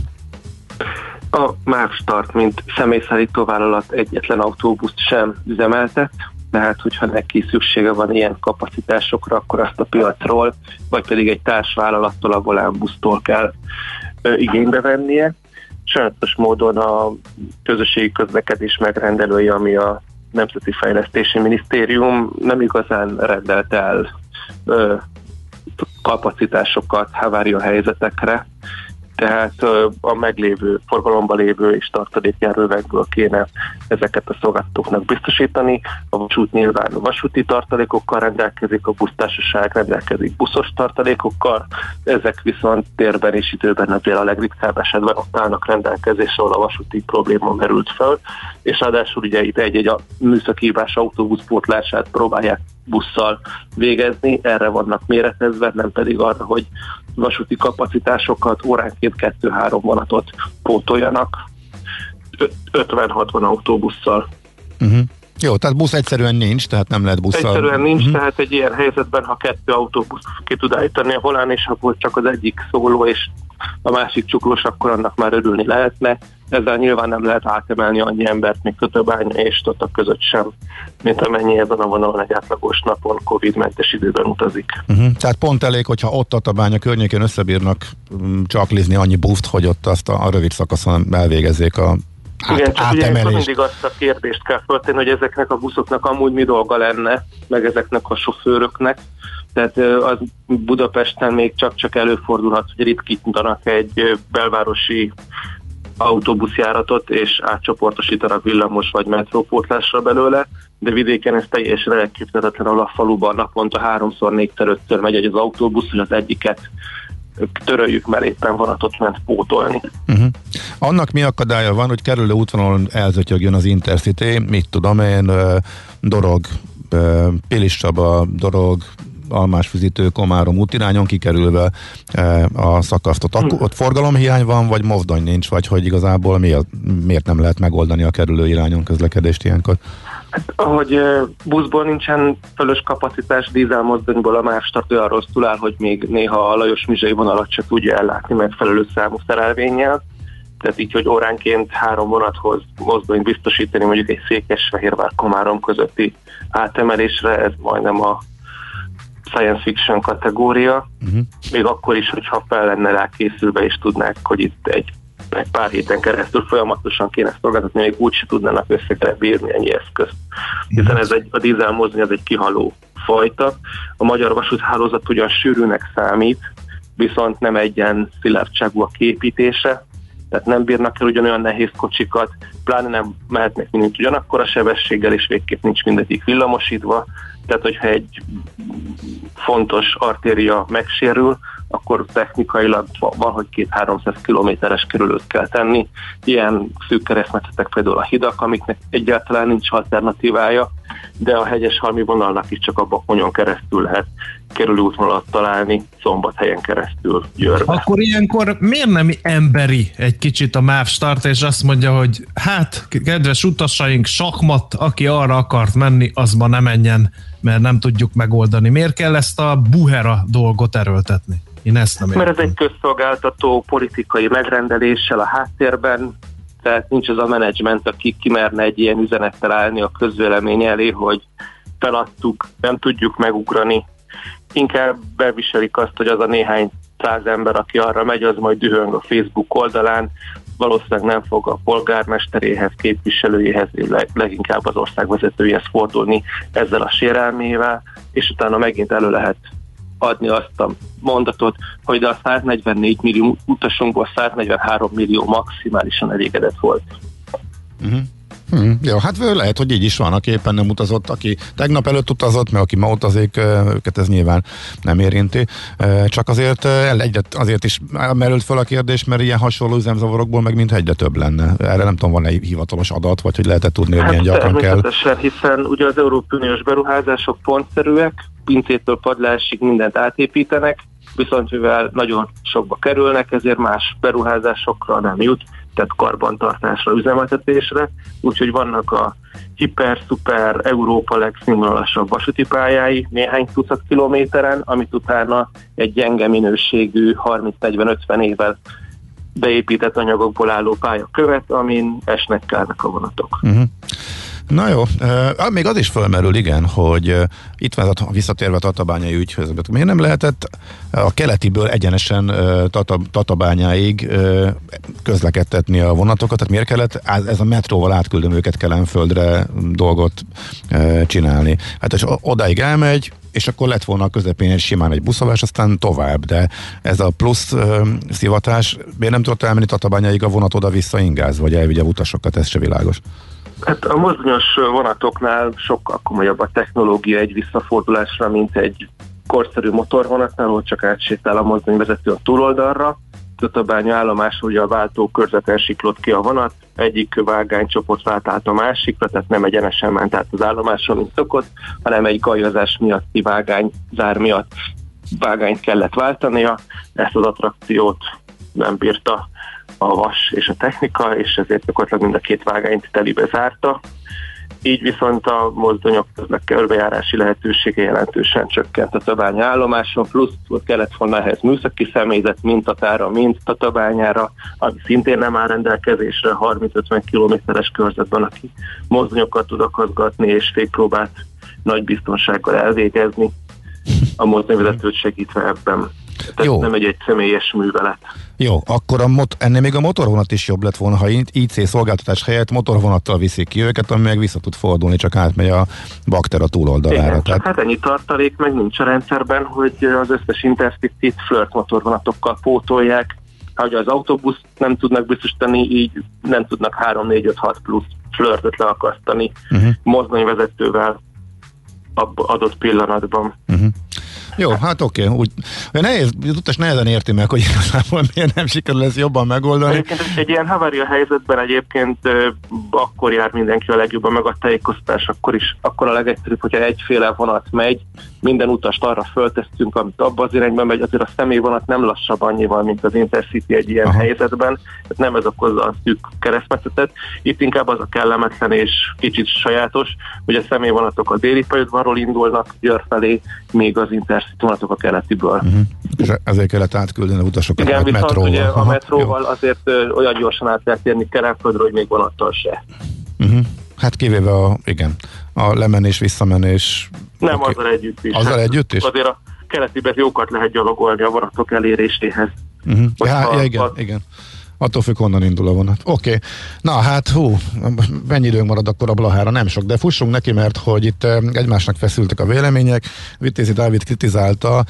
A MÁV Start, mint személyszállító vállalat egyetlen autóbuszt sem üzemeltet, tehát hogyha neki szüksége van ilyen kapacitásokra, akkor azt a piacról, vagy pedig egy társvállalattól, a Volán busztól kell igénybe vennie. Sajnálatos módon a közösségi közlekedés megrendelője, ami a Nemzeti Fejlesztési Minisztérium, nem igazán rendelt el kapacitásokat havária helyzetekre, tehát a meglévő, forgalomban lévő és tartalékjárművekből kéne ezeket a szolgáltatóknak biztosítani. A vasút nyilván vasúti tartalékokkal rendelkezik, a busztársaság rendelkezik buszos tartalékokkal, ezek viszont térben és időben azért a legritkább esetben ott állnak rendelkezésre, ahol a vasúti probléma merült fel, és ráadásul ugye itt egy a műszaki hibás autóbuszpótlását próbálják busszal végezni, erre vannak méretezve, nem pedig arra, hogy vasúti kapacitásokat óránként 2-3 vonatot pótoljanak 50-60 autóbusszal. Jó, tehát busz egyszerűen nincs, tehát nem lehet busszal. Egyszerűen nincs, tehát egy ilyen helyzetben, ha 2 autóbusz ki tud állítani a volán, és akkor csak az egyik szóló, és a másik csuklós, akkor annak már örülni lehetne. Ezzel nyilván nem lehet átemelni annyi embert, még Tatabánya és Tata között sem, mint amennyi ebben a vonalon egy átlagos napon Covid-mentes időben utazik. Tehát pont elég, hogyha ott Tatabánya környékén összebírnak csaklizni annyi buszt, hogy ott azt a rövid szakaszon elvégezzék a igen, csak ugye mindig azt a kérdést kell föltenni, hogy ezeknek a buszoknak amúgy mi dolga lenne, meg ezeknek a sofőröknek. Tehát az Budapesten még csak előfordulhat, hogy ritkítanak egy belvárosi autóbuszjáratot, és átcsoportosítanak villamos vagy metrópótlásra belőle, de vidéken ez teljesen elképzelhetetlen, ahol a faluban naponta 3-4-5-ször megy az autóbusz, hogy az egyiket töröljük, mert éppen vonatot ment pótolni. Annak mi akadálya van, hogy kerülő útvonalon elzötyögjön az Intercity, mit tudom én, Dorog, Pilis Csaba, Dorog, Almásfüzítő, Komárom útirányon kikerülve a szakaszt. Ott forgalomhiány van, vagy mozdony nincs, vagy hogy igazából miért nem lehet megoldani a kerülő irányon közlekedést ilyenkor? Hát, ahogy buszból nincsen fölös kapacitás, dízelmozdonyból a MÁV-Start olyan rosszul áll, hogy még néha a Lajos-Mizsai vonalat se tudja ellátni megfelelő számú szerelvénnyel. Tehát így, hogy óránként 3 vonathoz mozdonyt biztosítani mondjuk egy Székesfehérvár-Komárom közötti átemelésre, ez majdnem a science fiction kategória. Még akkor is, hogyha fel lenne rá készülve, és tudnák, hogy itt egy pár héten keresztül folyamatosan kéne szolgáltatni, még úgy se tudnának összebírni ennyi eszközt. Hiszen a dízelmozdony az egy kihaló fajta. A magyar vasúthálózat ugyan sűrűnek számít, viszont nem egyen szilárdságú a kiépítése, tehát nem bírnak el ugyanolyan nehéz kocsikat, pláne nem mehetnek mindent ugyanakkor a sebességgel, és végképp nincs mindegyik villamosítva, tehát hogyha egy fontos artéria megsérül, akkor technikailag valahogy 200-300 kilométeres kerülőt kell tenni. Ilyen szűk keresztmetszetek például a hidak, amiknek egyáltalán nincs alternatívája, de a hegyeshalmi vonalnak is csak a Bakonyon keresztül lehet kerülőútvonalat találni, Szombathelyen keresztül Győrbe. Akkor ilyenkor miért nem emberi egy kicsit a MÁV-Start, és azt mondja, hogy hát, kedves utasaink, sakmat, aki arra akart menni, az ma ne menjen, mert nem tudjuk megoldani. Miért kell ezt a buhera dolgot erőltetni? Én ezt nem értem. Mert ez egy közszolgáltató politikai megrendeléssel a háttérben, tehát nincs az a menedzsment, aki kimerne egy ilyen üzenettel állni a közvélemény elé, hogy feladtuk, nem tudjuk megugrani. Inkább beviselik azt, hogy az a néhány 100 ember, aki arra megy, az majd dühöng a Facebook oldalán, valószínűleg nem fog a polgármesteréhez, képviselőjéhez, leginkább az országvezetőjéhez fordulni ezzel a sérelmével, és utána megint elő lehet adni azt a mondatot, hogy de a 144 millió utasunkból 143 millió maximálisan elégedett volt. Jó, hát lehet, hogy így is van, aki éppen nem utazott, aki tegnap előtt utazott, mert aki ma utazik, őket ez nyilván nem érinti. Csak azért is merült fel a kérdés, mert ilyen hasonló üzemzavarokból meg mint egyre több lenne. Erre nem tudom, van-e hivatalos adat, vagy hogy lehetett tudni, hogy milyen gyakran kell. Természetesen, hiszen ugye az Európai Uniós beruházások pontszerűek, pincétől padlásig mindent átépítenek, viszont mivel nagyon sokba kerülnek, ezért más beruházásokra nem jut, tehát karbantartásra, üzemeltetésre, úgyhogy vannak a hiper-szuper Európa legszínvonalasabb vasúti pályái néhány tucat kilométeren, amit utána egy gyenge minőségű 30-40-50 évvel beépített anyagokból álló pálya követ, amin esnek kelnek a vonatok. Na jó, még az is fölmerül, igen, hogy itt van visszatérve a tatabányai ügyhöz. Miért nem lehetett a keletiből egyenesen Tatabányáig közlekedtetni a vonatokat? Tehát miért kellett ez a metróval átküldöm őket Kelenföldre dolgot csinálni? Hát és odáig elmegy, és akkor lett volna a közepén simán egy buszolás, aztán tovább, de ez a plusz szivatás, miért nem tudott elmenni Tatabányáig a vonat oda-vissza ingáz, vagy elvigye a utasokat, ez se világos. Hát a mozdonyos vonatoknál sokkal komolyabb a technológia egy visszafordulásra, mint egy korszerű motorvonatnál, ahol csak átsétál a mozdonyvezető a túloldalra. Tatabánya állomásra ugye a váltókörzeten siklott ki a vonat, egyik vágánycsoport vált át a másikra, tehát nem egyenesen ment át az állomáson, mint szokott, hanem egy gajazás miatti vágányzár miatt vágányt kellett váltania. Ezt az attrakciót nem bírta a vas és a technika, és ezért gyakorlatilag mind a két vágányt telibe zárta. Így viszont a mozdonyok körbejárási lehetősége jelentősen csökkent a Tatabánya állomáson, plusz kellett volna ehhez műszaki személyzet mintatára, mint Tatabányára, ami szintén nem áll rendelkezésre 30-50 kilométeres körzetben, aki mozdonyokat tud akaszgatni és fékpróbát nagy biztonsággal elvégezni, a mozdonyvezetőt segítve ebben. Tehát nem egy személyes művelet. Jó, akkor ennél még a motorvonat is jobb lett volna, ha IC szolgáltatás helyett motorvonattal viszik ki őket, ami meg vissza tud fordulni, csak átmegy a baktera túloldalára. Igen, csak hát ennyi tartalék meg nincs a rendszerben, hogy az összes Intercity-t flirt motorvonatokkal pótolják. Ha az autóbusz nem tudnak biztosítani, így nem tudnak 3-4-5-6 plusz flirtöt leakasztani mozdonyvezetővel adott pillanatban. Jó, hát oké. Úgy nehéz, utas nehezen érti meg, hogy igazából miért nem sikerül ezt jobban megoldani. Egyébként egy ilyen havária helyzetben egyébként akkor jár mindenki a legjobban, meg a tájékoztatás akkor a legegyszerűbb, hogyha egyféle vonat megy, minden utast arra föltesztünk, amit abban az irányban megy, azért a személyvonat nem lassabb annyival, mint az Intercity egy ilyen helyzetben, tehát nem ez okozza a szűk keresztmetszetet. Itt inkább az a kellemetlen és kicsit sajátos, hogy a személyvonatok a déli pályaudvarról indulnak Győr felé, még az Intercity vonatok a keletiből. És ezért kellett átküldeni a utasokat. Igen, viszont metróval. Ugye a metróval azért olyan gyorsan át lehet térni Kelenföldről, hogy még vonattal se. Hát kivéve a lemenés, visszamenés. Nem, azzal együtt is. Azzal együtt is? Azért a keletiben jókat lehet gyalogolni a vonatok eléréséhez. Igen. Attól függ, honnan indul a vonat. Oké. Na hát, mennyi időnk marad akkor a Blahára? Nem sok, de fussunk neki, mert hogy itt egymásnak feszültek a vélemények. Vitézi Dávid kritizálta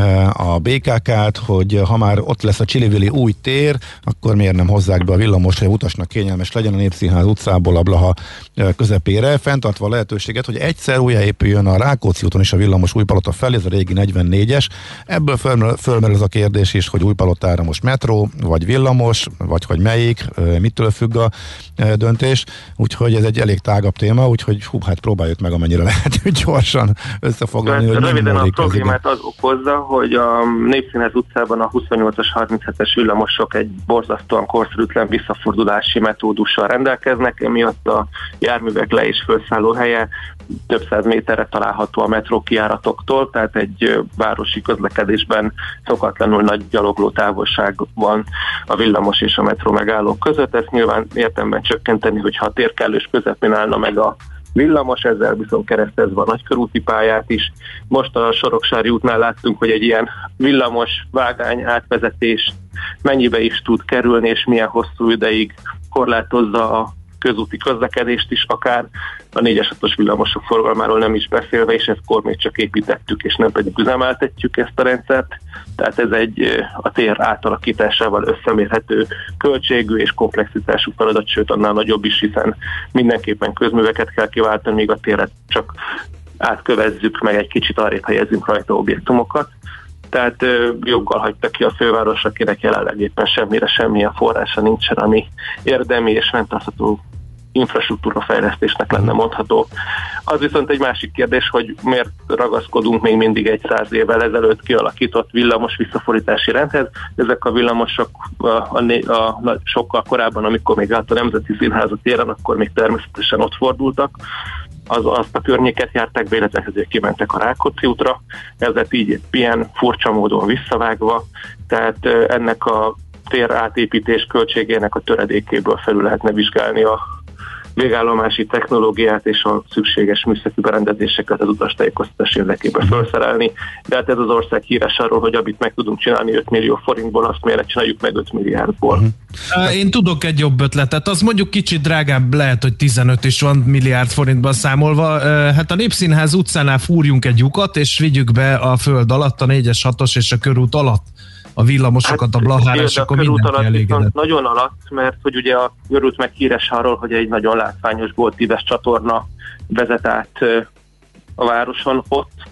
a BKK-t, hogy ha már ott lesz a Csili-Vili új tér, akkor miért nem hozzák be a villamos, hogy a utasnak kényelmes legyen a Népszínház utcából a Blaha közepére, fenntartva a lehetőséget, hogy egyszer újjáépüljön a Rákóczi úton is a villamos Újpalota felé, ez a régi 44-es. Ebből fölmerül az a kérdés is, hogy Újpalotára most metró, vagy villamos, vagy hogy melyik, mitől függ a döntés, úgyhogy ez egy elég tágabb téma, úgyhogy hát próbáljuk meg amennyire lehet gyorsan összefoglalni. Hogy röviden a problémát az okozza, hogy a Népszínház utcában a 28-as, 37-es villamosok egy borzasztóan korszerűtlen visszafordulási metódussal rendelkeznek, emiatt a járművek le- és felszálló helye több száz méterre található a metró kijáratoktól, tehát egy városi közlekedésben szokatlanul nagy gyalogló távolság van a villamos és a metró megállók között. Ezt nyilván értemben csökkenteni, hogyha a tér kellős közepén állna meg a villamos, ezzel viszont keresztezve a nagykörúti pályát is. Most a Soroksári útnál láttunk, hogy egy ilyen villamos vágány átvezetés mennyibe is tud kerülni, és milyen hosszú ideig korlátozza a közúti közlekedést is, akár a 4-es villamosok forgalmáról nem is beszélve, és ezt még csak építettük, és nem pedig üzemeltetjük ezt a rendszert. Tehát ez egy a tér átalakításával összemérhető költségű és komplexitású feladat, sőt annál nagyobb is, hiszen mindenképpen közműveket kell kiváltani, míg a téret csak átkövezzük, meg egy kicsit arrébb helyezünk rajta objektumokat. Tehát joggal hagyta ki a főváros, akinek jelenleg éppen semmilyen forrása nincsen, ami érdemi és fenntartható infrastruktúra fejlesztésnek lenne mondható. Az viszont egy másik kérdés, hogy miért ragaszkodunk még mindig egy 100 évvel ezelőtt kialakított villamos visszafordítási rendhez. Ezek a villamosok sokkal korábban, amikor még állt a Nemzeti Színház a téren, akkor még természetesen ott fordultak. Azt a környéket járták be, illetve ezért kimentek a Rákóczi útra, ezért így ilyen furcsa módon visszavágva, tehát ennek a tér átépítés költségének a töredékéből felül lehetne vizsgálni a végállomási technológiát és a szükséges műszaki berendezéseket az utastájékoztatás érdekében felszerelni, de hát ez az ország híres arról, hogy amit meg tudunk csinálni 5 millió forintból, azt miért csináljuk meg 5 milliárdból. Én tudok egy jobb ötletet, az mondjuk kicsit drágább, lehet, hogy 15 is van milliárd forintban számolva. Hát a Népszínház utcánál fúrjunk egy lyukat, és vigyük be a föld alatt, a 4-es, 6-os és a körút alatt a villamosokat a Blahára, és akkor mindenki elégedett. Nagyon alatt, mert hogy ugye a körút meg híres arról, hogy egy nagyon látványos goldtíves csatorna vezet át a városon ott,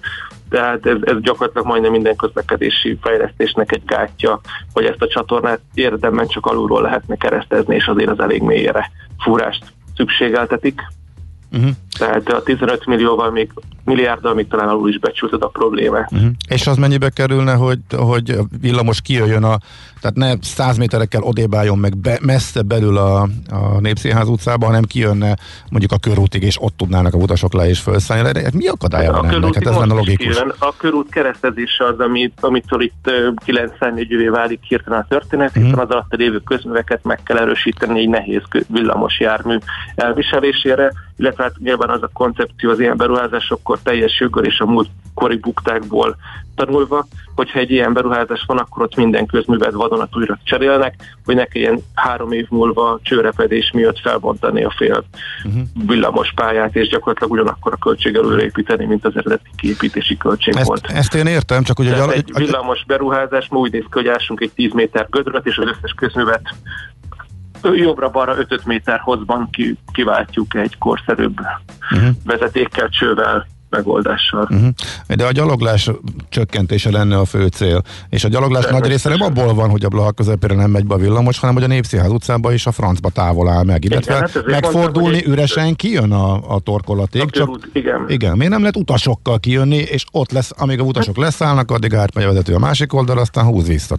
Tehát ez gyakorlatilag majdnem minden közlekedési fejlesztésnek egy gátja, hogy ezt a csatornát érdemben csak alulról lehetne keresztezni, és azért az elég mélyre fúrást szükségeltetik. Tehát a 15 milliárddal még talán alul is becsülted a problémát. És az mennyibe kerülne, hogy villamos kijöjjön tehát ne 100 méterekkel odébb álljon meg messze belül a Népszínház utcába, hanem kijönne mondjuk a körútig, és ott tudnának a utasok le és felszállni. Mi akadálya van ennek? Hát ez lenne logikus. A körút keresztezése az, amitől itt 94-évé válik hirtelen a történet, hiszen az alatt lévő közműveket meg kell erősíteni egy nehéz villamos jármű elviselésére, illetve hát nyilván az a koncepció az ilyen beruházásokkor teljes joggal és a múltkori buktákból tanulva, hogyha egy ilyen beruházás van, akkor ott minden közművet vadonat újra cserélnek, hogy ne kelljen 3 év múlva csőrepedés miatt felbontani a fél villamos pályát, és gyakorlatilag ugyanakkor a költséggel újraépíteni, mint az eredeti kiépítési költség volt. Ezt én értem, csak ugye... egy villamos beruházás, ma úgy néz ki, hogy ássunk egy 10 méter gödröt, és az összes közművet jobbra-balra 5 méter hosszban kiváltjuk egy korszerűbb vezetékkel, csővel, megoldással. De a gyaloglás csökkentése lenne a fő cél. És a gyaloglás nagy része nem abból van, hogy a Blaha közepére nem megy be a villamos, hanem hogy a Népszínház utcába is a francba távol áll meg. Illetve megfordulni mondtam, üresen kijön a torkolatig. Igen. Miért nem lehet utasokkal kijönni, és ott lesz, amíg a utasok leszállnak, addig átmegy a vezető a másik oldal, aztán húz vissza.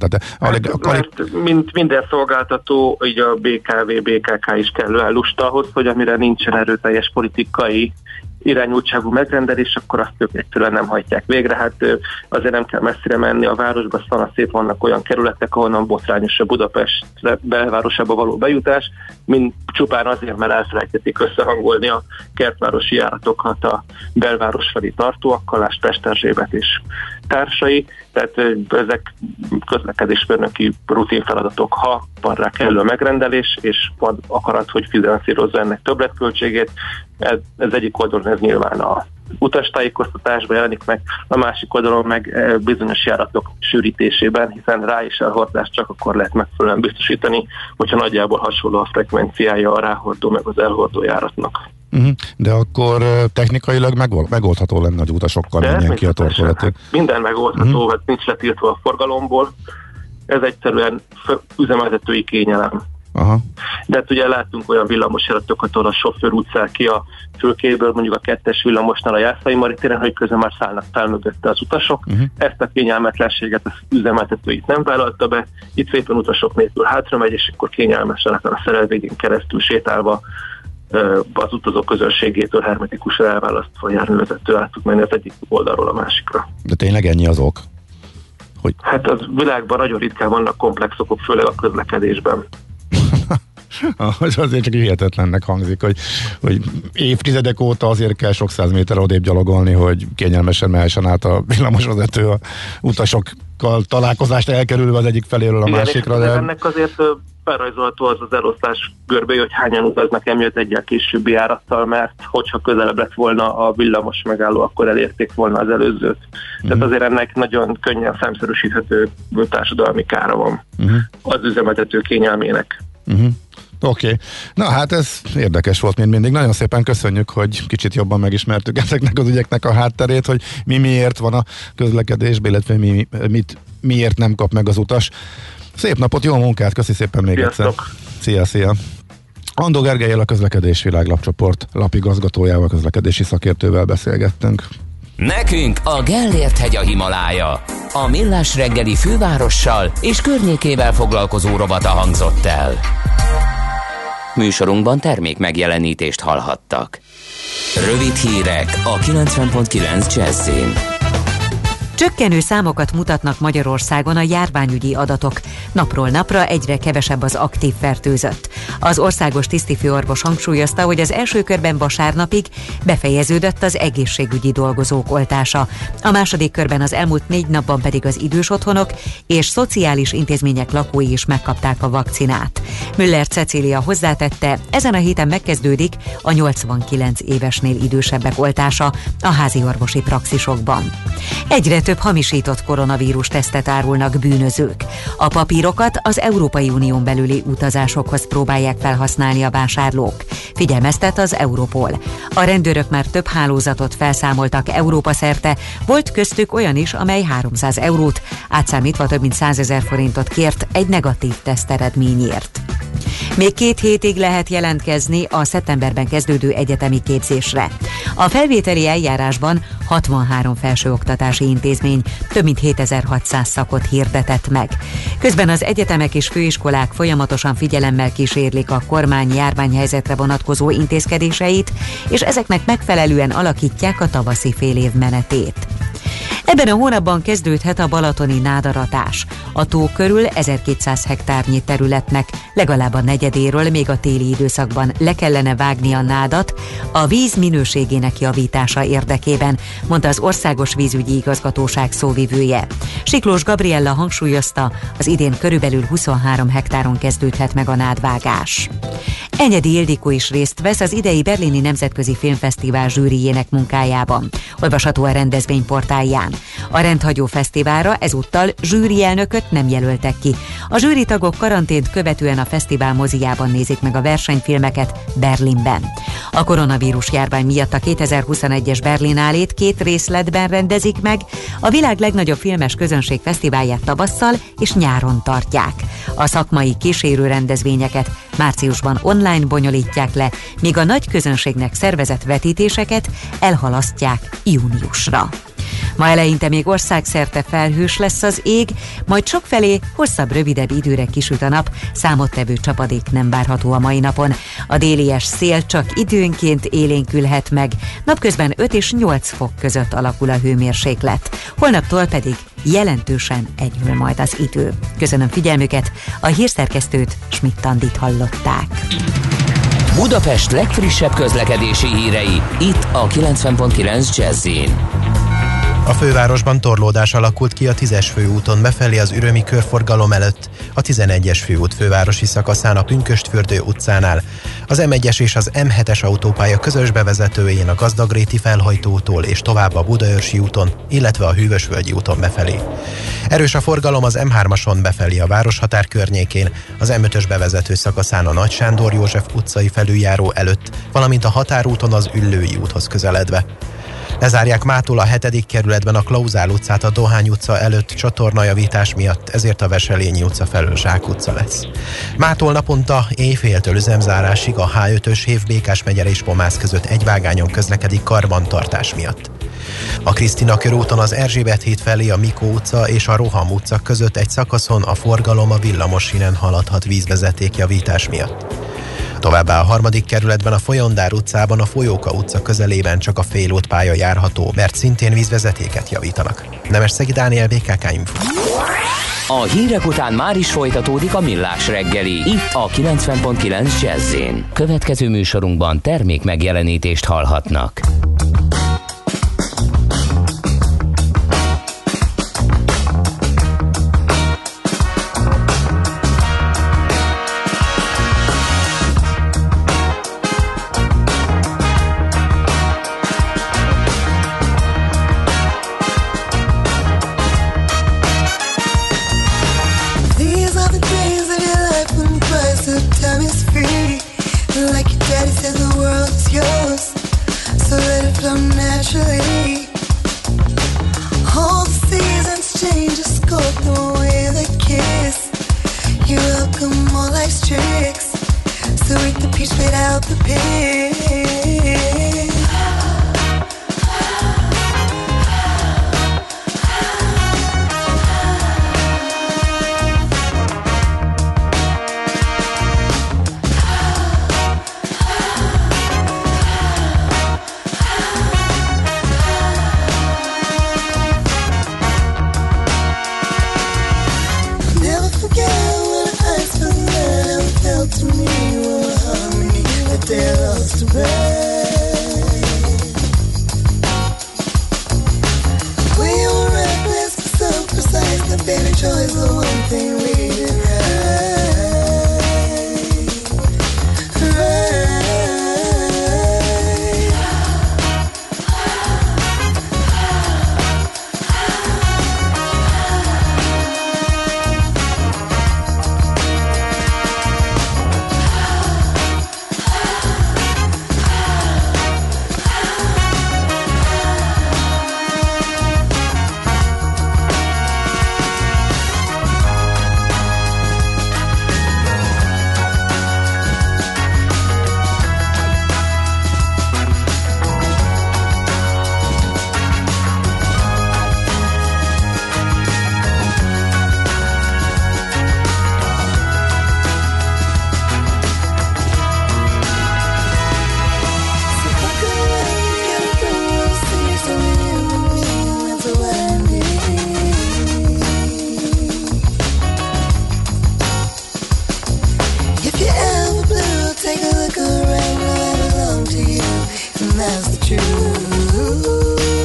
Mint minden szolgáltató, így a BKV, BKK is kellően lusta ahhoz, hogy amire nincsen erőteljes politikai irányultságú megrendelés, akkor azt ők egyszerűen nem hajtják végre. Hát azért nem kell messzire menni a városba, szép vannak olyan kerületek, ahonnan botrányos a Budapest belvárosába való bejutás, mint csupán azért, mert elfelejtették összehangolni a kertvárosi járatokat a belváros felé tartóakkal, lásd Pesterzsébet és társai, tehát ezek közlekedésmérnöki rutinfeladatok, ha van rá kellő megrendelés, és van akarat, hogy finanszírozza ennek többletköltségét. Ez egyik oldalon ez nyilván a utastájékoztatásban jelenik meg, a másik oldalon meg bizonyos járatok sűrítésében, hiszen rá- és elhordást csak akkor lehet megfelelően biztosítani, hogyha nagyjából hasonló a frekvenciája a ráhordó meg az elhordó járatnak. De akkor technikailag megoldható lenne, hogy utasokkal menjen ki a torkolatig. Minden megoldható, hát nincs letiltva a forgalomból. Ez egyszerűen üzemeltetői kényelem. De hát ugye látunk olyan villamosjáratokat, ahol a sofőr utcál ki a fülkéből, mondjuk a 2-es villamosnál a Jászai Mari téren, hogy közben már szállnak fel mögötte az utasok. Ezt a kényelmetlenséget az üzemeltető itt nem vállalta be, itt szépen utasok nélkül hátra megy, és akkor kényelmesen a szerelvényen keresztül sétálva az utazó közönségétől hermetikusan elválasztva a járművezető át tud menni az egyik oldalról a másikra. De tényleg ennyi az ok? Hát az világban nagyon ritkán vannak komplex okok, főleg a közlekedésben. Azért csak hihetetlennek hangzik, hogy évtizedek óta azért kell sok 100 méter odébb gyalogolni, hogy kényelmesen mehessen át a villamosvezető a utasokkal találkozást elkerülve az egyik feléről a másikra. De ennek azért felrajzolható az elosztás görbé, hogy hányan utaznak emiatt egyel későbbi járattal, mert hogyha közelebb lett volna a villamos megálló, akkor elérték volna az előzőt. Tehát azért ennek nagyon könnyen számszerűsíthető társadalmi kára van az üzemeltető kényelmének. Oké. Na hát ez érdekes volt, mint mindig. Nagyon szépen köszönjük, hogy kicsit jobban megismertük ezeknek az ügyeknek a hátterét, hogy miért van a közlekedésben, illetve miért nem kap meg az utas. Szép napot, jó munkát, köszi szépen még egyszer. Szia! Andó Gergellyel, a Közlekedés Világlapcsoport lapigazgatójával, közlekedési szakértővel beszélgettünk. Nekünk a Gellért-hegy a Himalája. A Millás reggeli fővárossal és környékével foglalkozó rovata hangzott el. Műsorunkban termék megjelenítést hallhattak. Rövid hírek a 90.9 Jazzin. Csökkenő számokat mutatnak Magyarországon a járványügyi adatok. Napról napra egyre kevesebb az aktív fertőzött. Az országos tisztifőorvos hangsúlyozta, hogy az első körben vasárnapig befejeződött az egészségügyi dolgozók oltása. A második körben az elmúlt 4 napban pedig az idős otthonok és szociális intézmények lakói is megkapták a vakcinát. Müller Cecília hozzátette, ezen a héten megkezdődik a 89 évesnél idősebbek oltása a házi orvosi praxisokban. Egyre több hamisított koronavírus tesztet árulnak bűnözők. A papírokat az Európai Unión belüli utazásokhoz próbálják felhasználni a vásárlók. Figyelmeztet az Europol. A rendőrök már több hálózatot felszámoltak Európa szerte, volt köztük olyan is, amely 300 eurót, átszámítva több mint 100 000 forintot kért egy negatív teszt eredményért. Még 2 hétig lehet jelentkezni a szeptemberben kezdődő egyetemi képzésre. A felvételi eljárásban 63 felsőoktatási intézmény több mint 7600 szakot hirdetett meg. Közben az egyetemek és főiskolák folyamatosan figyelemmel kísérlik a kormány járványhelyzetre vonatkozó intézkedéseit, és ezeknek megfelelően alakítják a tavaszi félév menetét. Ebben a hónapban kezdődhet a balatoni nádaratás. A tó körül 1200 hektárnyi területnek legalább a negyedéről még a téli időszakban le kellene vágni a nádat a víz minőségének javítása érdekében, mondta az Országos Vízügyi Igazgatóság szóvivője. Siklós Gabriella hangsúlyozta, az idén körülbelül 23 hektáron kezdődhet meg a nádvágás. Enyedi Ildikó is részt vesz az idei Berlini Nemzetközi Filmfesztivál zsűrijének munkájában. Olvasható a rendezvény portálján. A rendhagyó fesztiválra ezúttal zsűrielnököt nem jelöltek ki. A zsűritagok karantént követően a fesztivál mozijában nézik meg a versenyfilmeket Berlinben. A koronavírus járvány miatt a 2021-es Berlinálét 2 részletben rendezik meg, a világ legnagyobb filmes közönség fesztiválját tavasszal és nyáron tartják. A szakmai kísérő rendezvényeket márciusban online bonyolítják le, míg a nagy közönségnek szervezett vetítéseket elhalasztják júniusra. Ma eleinte még országszerte felhős lesz az ég, majd sokfelé hosszabb, rövidebb időre kisüt a nap, számottevő csapadék nem várható a mai napon. A délies szél csak időnként élénkülhet meg, napközben 5 és 8 fok között alakul a hőmérséklet. Holnaptól pedig jelentősen enyhül majd az idő. Köszönöm figyelmüket, a hírszerkesztőt, Schmidt-Andit hallották. Budapest legfrissebb közlekedési hírei, itt a 90.9 Jazz-in. A fővárosban torlódás alakult ki a 10-es főúton befelé az Ürömi körforgalom előtt, a 11-es főút fővárosi szakaszán a Pünkösdfürdő utcánál, az M1-es és az M7-es autópálya közös bevezetőjén a Gazdagréti felhajtótól és tovább a Budaörsi úton, illetve a Hűvösvölgyi úton befelé. Erős a forgalom az M3-ason befelé a Városhatár környékén, az M5-ös bevezető szakaszán a Nagy Sándor József utcai felüljáró előtt, valamint a Határúton az Üllői úthoz közeledve. Lezárják mától a 7. kerületben a Klauzál utcát a Dohány utca előtt csatornajavítás miatt, ezért a Veselényi utca felől Zsák utca lesz. Mától naponta éjféltől üzemzárásig a H5-ös Hév Békás megyere és Pomász között egy vágányon közlekedik karbantartás miatt. A Krisztina körúton az Erzsébet híd felé a Mikó utca és a Roham utca között egy szakaszon a forgalom a villamossínen haladhat vízvezetékjavítás miatt. Továbbá a 3. kerületben a Folyondár utcában a Folyóka utca közelében csak a félútpálya járható, mert szintén vízvezetéket javítanak. Nemesszegi Dániel, BKK Info. A hírek után már is folytatódik a Millás reggeli, itt a 90.9 Jazz-in. Következő műsorunkban termék megjelenítést hallhatnak. To me, harmony that they lost to bear. and that's the truth.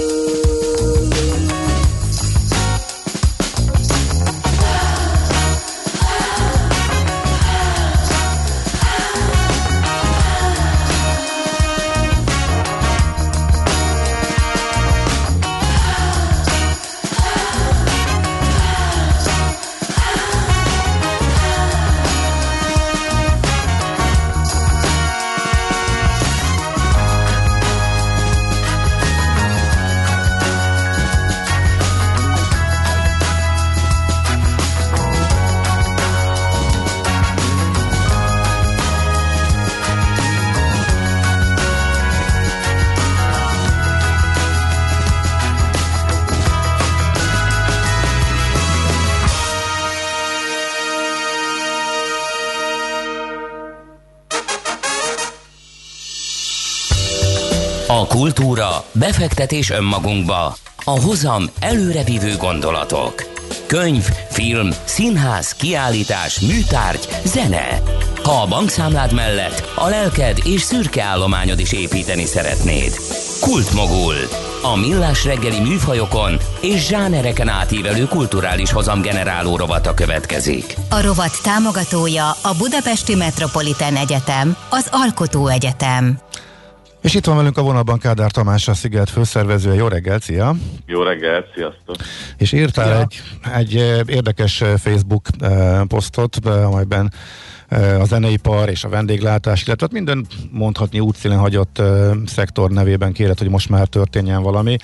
A kultúra, befektetés önmagunkba, a hozam előrevívő gondolatok. Könyv, film, színház, kiállítás, műtárgy, zene. Ha a bankszámlád mellett a lelked és szürke állományod is építeni szeretnéd. Kultmogul. A millás reggeli műfajokon és zsánereken átívelő kulturális hozamgeneráló rovata következik. A rovat támogatója a Budapesti Metropolitán Egyetem, az Alkotó Egyetem. És itt van velünk a vonalban Kádár Tamás, a Sziget főszervezője. Jó reggelt, szia! Jó reggelt, sziasztok! És írtál egy érdekes Facebook posztot, amelyben a zeneipar és a vendéglátás, illetve minden mondhatni útszílen hagyott szektor nevében kéred, hogy most már történjen valami.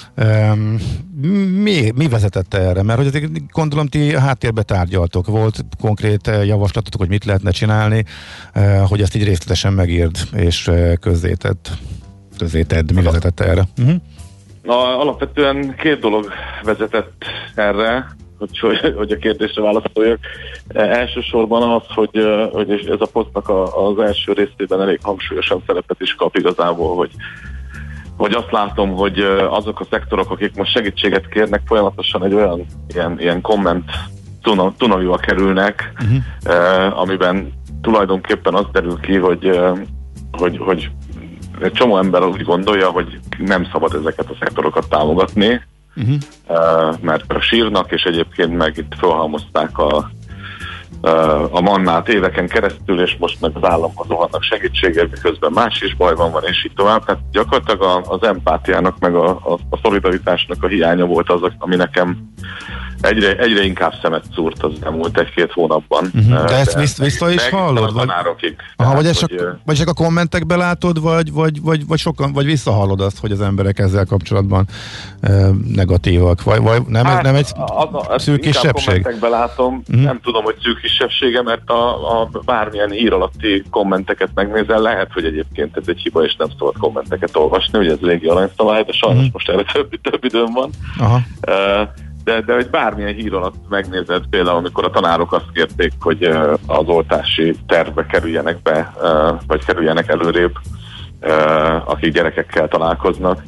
Mi vezetett erre? Mert hogy azért gondolom ti a háttérbe tárgyaltok. Volt konkrét javaslatotok, hogy mit lehetne csinálni, hogy ezt így részletesen megírd és közzétedd. Mi vezetett erre? Alapvetően két dolog vezetett erre, hogy a kérdésre válaszoljak. Elsősorban az, hogy ez a posztnak az első részében elég hangsúlyosan szerepet is kap igazából, hogy azt látom, hogy azok a szektorok, akik most segítséget kérnek, folyamatosan egy olyan ilyen komment tunaliba kerülnek, amiben tulajdonképpen az derül ki, hogy egy csomó ember úgy gondolja, hogy nem szabad ezeket a szektorokat támogatni, mert sírnak, és egyébként meg itt felhalmozták a mannát éveken keresztül, és most meg az államhoz vannak segítségek, közben más is baj van, és így tovább. Tehát gyakorlatilag az empátiának, meg a szolidaritásnak a hiánya volt az, ami nekem egyre inkább szemet szúrt az elmúlt egy-két hónapban. De ezt vissza is hallod? Vagy csak a kommentekbe látod, vagy sokan, vagy visszahallod azt, hogy az emberek ezzel kapcsolatban negatívak? Vagy nem egy szűk kisebbség? Kommentekbe látom, nem tudom, hogy szűk kisebbsége, mert a bármilyen hír alatti kommenteket megnézel, lehet, hogy egyébként ez egy hiba, és nem szabad kommenteket olvasni, ugye ez légi aranyszabály, de sajnos most erre több időm van. De hogy bármilyen hír alatt megnézed, például amikor a tanárok azt kérték, hogy az oltási tervbe kerüljenek be, vagy kerüljenek előrébb, akik gyerekekkel találkoznak,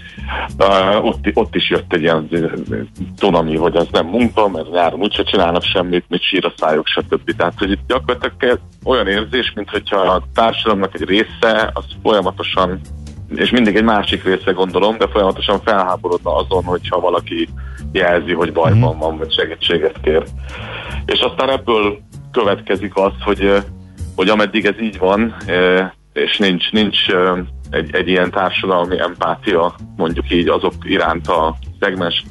ott is jött egy ilyen tunami, hogy az nem munka, mert nyáron úgyse csinálnak semmit, mit sír a szájuk, stb. Tehát, hogy itt gyakorlatilag olyan érzés, mintha a társadalomnak egy része, az folyamatosan, és mindig egy másik része gondolom, de folyamatosan felháborodna azon, hogyha valaki jelzi, hogy bajban van, vagy segítséget kér. És aztán ebből következik az, hogy ameddig ez így van, és nincs egy ilyen társadalmi empátia, mondjuk így azok iránt a szegmens.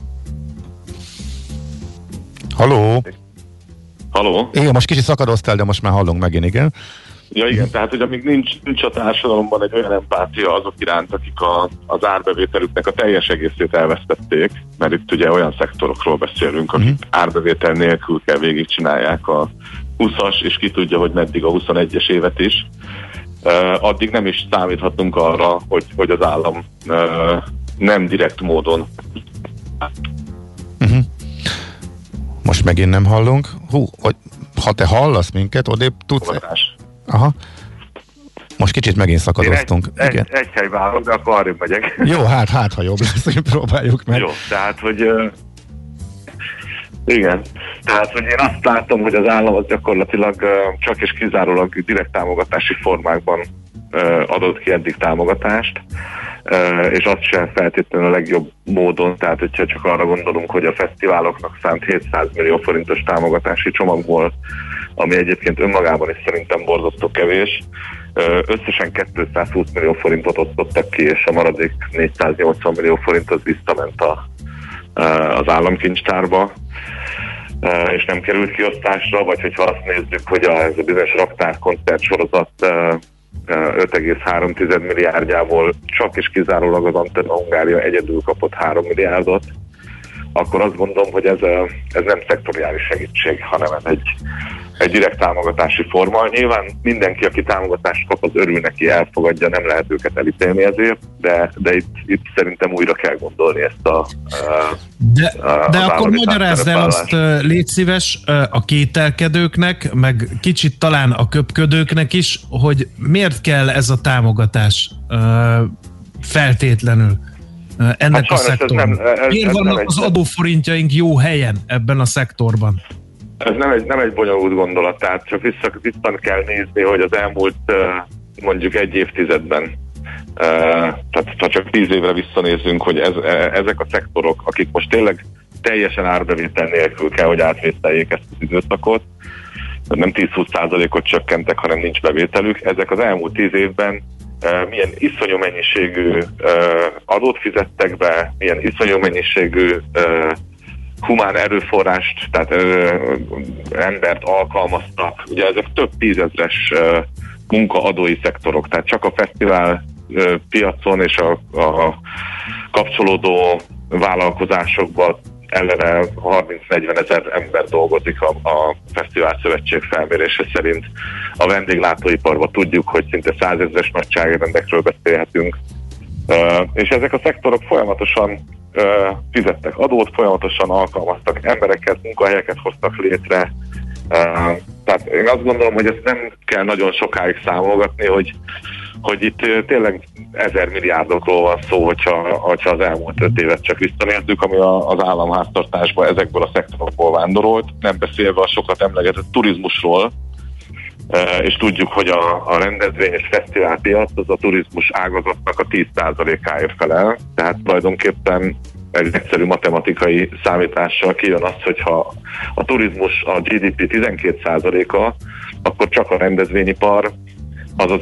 Halló? Igen, most kicsit szakadoztál, de most már hallunk megint, igen. Ja igen, tehát hogy amíg nincs a társadalomban egy olyan empátia azok iránt, akik az árbevételüknek a teljes egészét elvesztették, mert itt ugye olyan szektorokról beszélünk, akik árbevétel nélkül kell végigcsinálják a 20-as, és ki tudja, hogy meddig a 21-es évet is. Addig nem is számíthatunk arra, hogy az állam nem direkt módon. Most megint nem hallunk. Ha te hallasz minket, odébb tudsz... Aha. Most kicsit megint szakadoztunk. Egy helybe állok, de akkor arrébb megyek. Jó, hát ha jobb lesz, hogy próbáljuk meg. Jó, tehát, hogy igen. Tehát, hogy én azt látom, hogy az állam az gyakorlatilag csak és kizárólag direkt támogatási formákban adott ki eddig támogatást, és azt sem feltétlenül a legjobb módon, tehát hogyha csak arra gondolunk, hogy a fesztiváloknak szánt 700 millió forintos támogatási csomagból, ami egyébként önmagában is szerintem borzasztó kevés, összesen 220 millió forintot osztottak ki, és a maradék 480 millió forint az visszament az államkincstárba, és nem került kiosztásra, vagy hogyha azt nézzük, hogy ez a bizonyos raktárkoncert sorozat 5,3 milliárdjából csak és kizárólag az Antenna Hungária egyedül kapott 3 milliárdot, akkor azt gondolom, hogy ez nem szektoriális segítség, hanem ez egy direkt támogatási forma. Nyilván mindenki, aki támogatást kap, az örül neki, elfogadja, nem lehet őket elítélni ezért, de itt szerintem újra kell gondolni ezt De akkor magyarázd el azt, légy szíves, a kételkedőknek, meg kicsit talán a köpködőknek is, hogy miért kell ez a támogatás feltétlenül ennek a szektorban. Miért vannak az adóforintjaink jó helyen ebben a szektorban? Ez nem egy bonyolult gondolat, tehát csak vissza kell nézni, hogy az elmúlt mondjuk egy évtizedben, tehát ha csak 10 évre visszanézzünk, hogy ezek a szektorok, akik most tényleg teljesen árbevétel nélkül kell, hogy átvételjék ezt az időszakot, nem 10-20%-ot csökkentek, hanem nincs bevételük, ezek az elmúlt 10 évben milyen iszonyú mennyiségű adót fizettek be, milyen iszonyú mennyiségű humán erőforrást, tehát embert alkalmaztak. Ugye ezek több tízezres munkaadói szektorok, tehát csak a fesztivál piacon és a kapcsolódó vállalkozásokban ellene 30-40 ezer ember dolgozik a Fesztivál Szövetség felmérése szerint. A vendéglátóiparban tudjuk, hogy szinte 100 000-es nagyságrendekről beszélhetünk. És ezek a szektorok folyamatosan fizettek adót, folyamatosan alkalmaztak embereket, munkahelyeket hoztak létre. Tehát én azt gondolom, hogy ezt nem kell nagyon sokáig számolgatni, hogy itt tényleg 1000 milliárdokról van szó, hogyha az elmúlt 5 évet csak visszanézzük, ami az államháztartásban ezekből a szektorokból vándorolt, nem beszélve a sokat emlegetett turizmusról, és tudjuk, hogy a rendezvény és fesztiválpiac az a turizmus ágazatnak a 10%-áért felel, tehát tulajdonképpen egy egyszerű matematikai számítással kijön az, hogyha a turizmus a GDP 12%-a, akkor csak a rendezvényipar az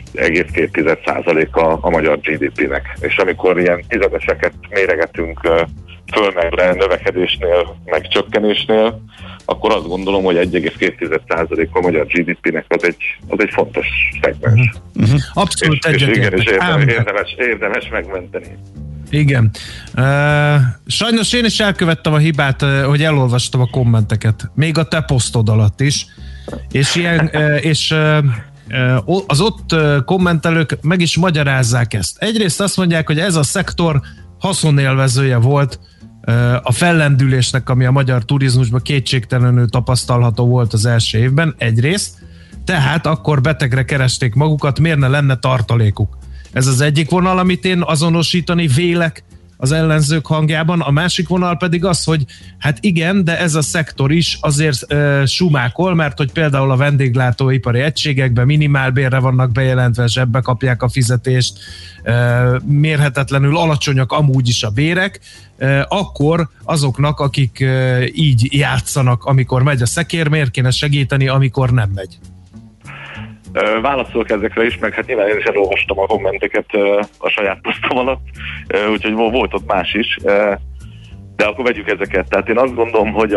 1,2% a magyar GDP-nek. És amikor ilyen tizedeseket méregetünk föl meg le növekedésnél, meg csökkenésnél, akkor azt gondolom, hogy 1,2% a magyar GDP-nek az egy fontos szegmens. Abszolút egyetértek. Érdemes megmenteni. Igen. Sajnos én is elkövettem a hibát, hogy elolvastam a kommenteket. Még a te posztod alatt is. És az ott kommentelők meg is magyarázzák ezt. Egyrészt azt mondják, hogy ez a szektor haszonélvezője volt a fellendülésnek, ami a magyar turizmusban kétségtelenül tapasztalható volt az első évben, egyrészt, tehát akkor betegre keresték magukat, miért ne lenne tartalékuk. Ez az egyik vonal, amit én azonosítani vélek az ellenzők hangjában, a másik vonal pedig az, hogy hát igen, de ez a szektor is azért sumákol, mert hogy például a vendéglátóipari egységekben minimálbérre vannak bejelentve, zsebbe kapják a fizetést, mérhetetlenül alacsonyak amúgy is a bérek, akkor azoknak, akik így játszanak, amikor megy a szekér, miért kéne segíteni, amikor nem megy? Válaszolok ezekre is, meg hát nyilván én is elolvastam a kommenteket a saját posztom alatt, úgyhogy volt ott más is, de akkor vegyük ezeket. Tehát én azt gondolom, hogy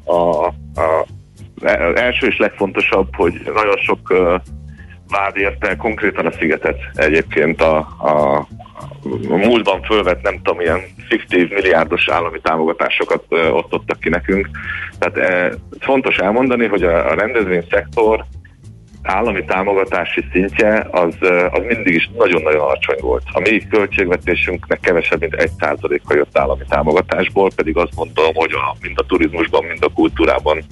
az első és legfontosabb, hogy nagyon sok vád érte konkrétan a Szigetet egyébként a múltban fölvett, nem tudom, ilyen fiktív milliárdos állami támogatásokat osztottak ki nekünk. Tehát fontos elmondani, hogy a rendezvényszektor állami támogatási szintje az mindig is nagyon-nagyon alacsony volt. A mi költségvetésünknek kevesebb, mint 1%-a jött állami támogatásból, pedig azt gondolom, hogy mind a turizmusban, mind a kultúrában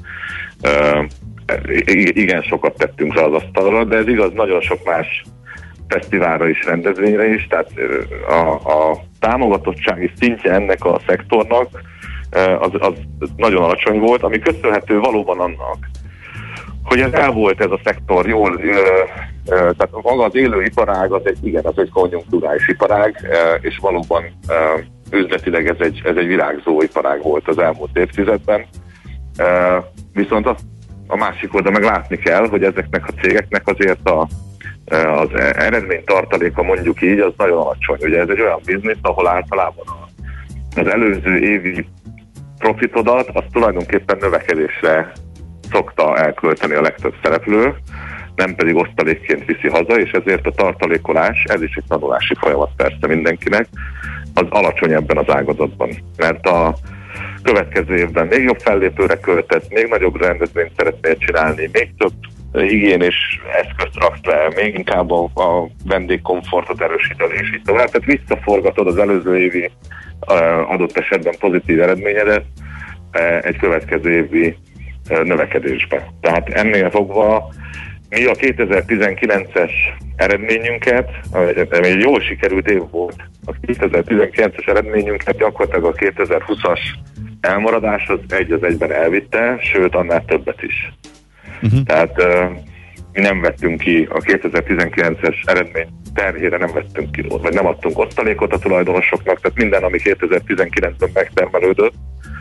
igen sokat tettünk rá az asztalra, de ez igaz nagyon sok más fesztiválra is, rendezvényre is, tehát a támogatottsági szintje ennek a szektornak az nagyon alacsony volt, ami köszönhető valóban annak, hogy el volt ez a szektor jól Tehát maga az élőiparág az egy konjunkturális iparág, és valóban üzletileg ez egy virágzó iparág volt az elmúlt évtizedben. Viszont a másik oldal meg látni kell, hogy ezeknek a cégeknek azért az eredménytartaléka, mondjuk így, az nagyon alacsony. Ugye ez egy olyan biznisz, ahol általában az előző évi profitodat, az tulajdonképpen növekedésre szokta elkölteni a legtöbb szereplő, nem pedig osztalékként viszi haza, és ezért a tartalékolás, ez is egy tanulási folyamat persze mindenkinek, az alacsony ebben az ágazatban. Mert a következő évben még jobb fellépőre költesz, még nagyobb rendezvényt szeretnél csinálni, még több higiénés eszközt raksz le, még inkább a vendégkomfortot erősíted, és így tovább. Tehát visszaforgatod az előző évi adott esetben pozitív eredményedet egy következő évi növekedésbe. Tehát ennél fogva mi a 2019-es eredményünket, ami egy jól sikerült év volt, a 2019-es eredményünket gyakorlatilag a 2020-as elmaradás az egy az egyben elvitte, sőt annál többet is. Tehát mi nem vettünk ki a 2019-es eredmény terhére, nem vettünk ki, vagy nem adtunk osztalékot a tulajdonosoknak, tehát minden, ami 2019-ben megtermelődött,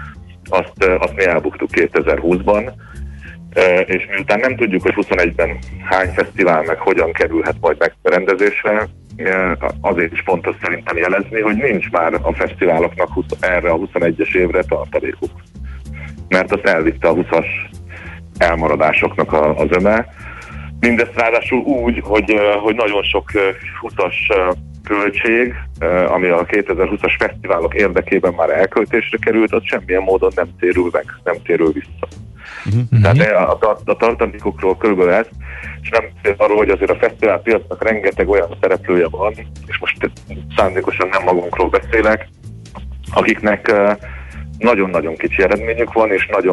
azt mi elbuktuk 2020-ban, és miután nem tudjuk, hogy 21-ben hány fesztivál meg hogyan kerülhet majd megrendezésre, azért is fontos szerintem jelezni, hogy nincs már a fesztiváloknak erre a 21-es évre tartalékuk. Mert azt elvitte a 20-as elmaradásoknak az öme. Mindezt ráadásul úgy, hogy nagyon sok 20-as költség, ami a 2020-as fesztiválok érdekében már elköltésre került, az semmilyen módon nem térül meg, nem térül vissza. Tehát a tartalékokról körülbelül ez, és nem arról, hogy azért a fesztivál piacnak rengeteg olyan szereplője van, és most szándékosan nem magunkról beszélek, akiknek nagyon-nagyon kicsi eredményük van,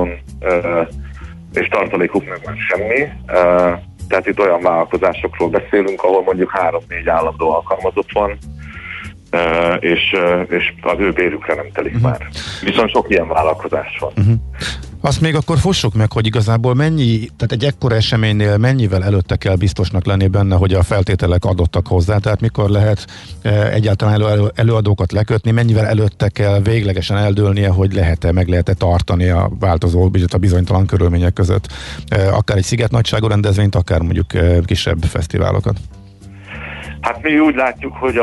és tartalékuk meg már semmi. Tehát itt olyan vállalkozásokról beszélünk, ahol mondjuk 3-4 állandó alkalmazott van, és az ő bérükre nem telik már. Viszont sok ilyen vállalkozás van. Azt még akkor fossuk meg, hogy igazából tehát egy ekkora eseménynél mennyivel előtte kell biztosnak lenni benne, hogy a feltételek adottak hozzá, tehát mikor lehet egyáltalán előadókat lekötni, mennyivel előtte kell véglegesen eldőlnie, hogy meg lehet-e tartani a változó, a bizonytalan körülmények között, akár egy szigetnagyságú rendezvényt, akár mondjuk kisebb fesztiválokat. Hát mi úgy látjuk, hogy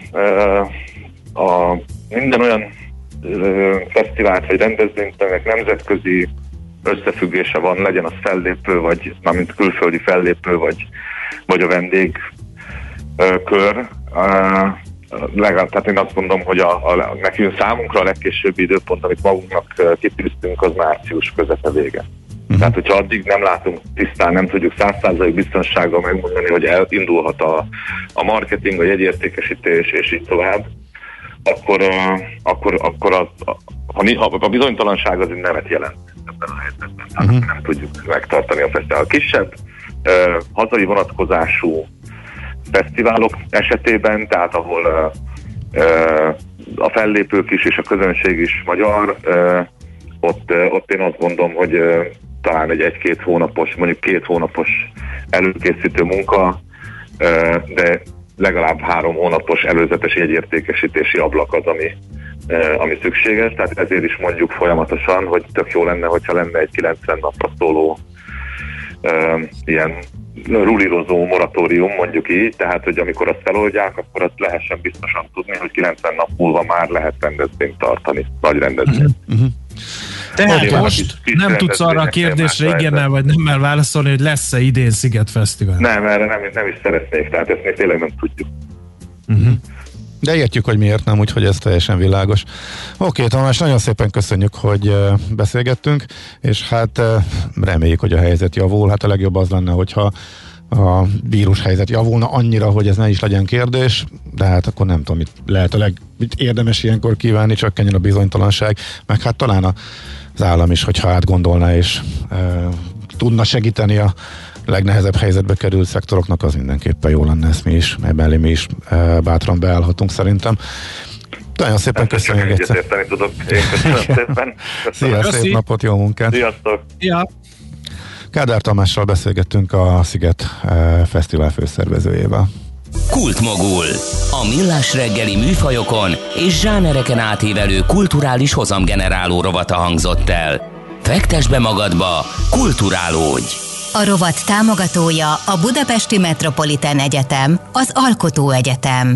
a minden olyan fesztivált vagy rendezvényt, aminek nemzetközi összefüggése van, legyen az fellépő, vagy mármint külföldi fellépő, vagy a vendégkör. Legalább, tehát én azt mondom, hogy nekünk számunkra a legkésőbbi időpont, amit magunknak kitűztünk, az március közepe vége. Tehát, hogyha addig nem látunk tisztán, nem tudjuk 100% biztonsággal megmondani, hogy elindulhat a marketing, a jegyértékesítés, és így tovább, akkor a bizonytalanság az egy nevet jelent ebben a helyzetben. Tehát nem tudjuk megtartani a fesztivál. A kisebb hazai vonatkozású fesztiválok esetében, tehát ahol a fellépők is és a közönség is magyar, ott én azt gondolom, hogy talán egy 1-2 hónapos, mondjuk 2 hónapos előkészítő munka, de legalább 3 hónapos előzetes jegyértékesítési ablak az, ami szükséges. Tehát ezért is mondjuk folyamatosan, hogy tök jó lenne, hogyha lenne egy 90 napra szóló ilyen rulírozó moratórium, mondjuk így, tehát hogy amikor azt feloldják, akkor azt lehessen biztosan tudni, hogy 90 nap múlva már lehet rendezvényt tartani, nagy rendezvényt. Tehát most nem tudsz arra a kérdésre igennel vagy nemmel válaszolni, hogy lesz-e idén Sziget Fesztivál? Nem, erre nem is szeretnék, tehát ezt még tényleg nem tudjuk. De értjük, hogy miért nem, úgyhogy ez teljesen világos. Oké, Tamás, nagyon szépen köszönjük, hogy beszélgettünk, és hát reméljük, hogy a helyzet javul. Hát a legjobb az lenne, hogyha a vírus helyzet javulna annyira, hogy ez ne is legyen kérdés, de hát akkor nem tudom, mit lehet mit érdemes ilyenkor kívánni, csökkenjen a bizonytalanság, meg hát talán az állam is, hogyha átgondolná és tudna segíteni a legnehezebb helyzetbe került szektoroknak, az mindenképpen jó lenne, ezt ebben mi is bátran beállhatunk szerintem. Nagyon szépen köszönjük egyszer. Egyetérteni tudok. Én köszönöm szépen. Szia, szép napot, jó munkát. Sziasztok. Ja. Kádár Tamással beszélgettünk a Sziget Fesztivál főszervezőjével. Kultmogul. A millás reggeli műfajokon és zsánereken átívelő kulturális hozamgeneráló rovata hangzott el. Fektess be magadba, kulturálódj! A rovat támogatója a Budapesti Metropolitán Egyetem, az Alkotó Egyetem.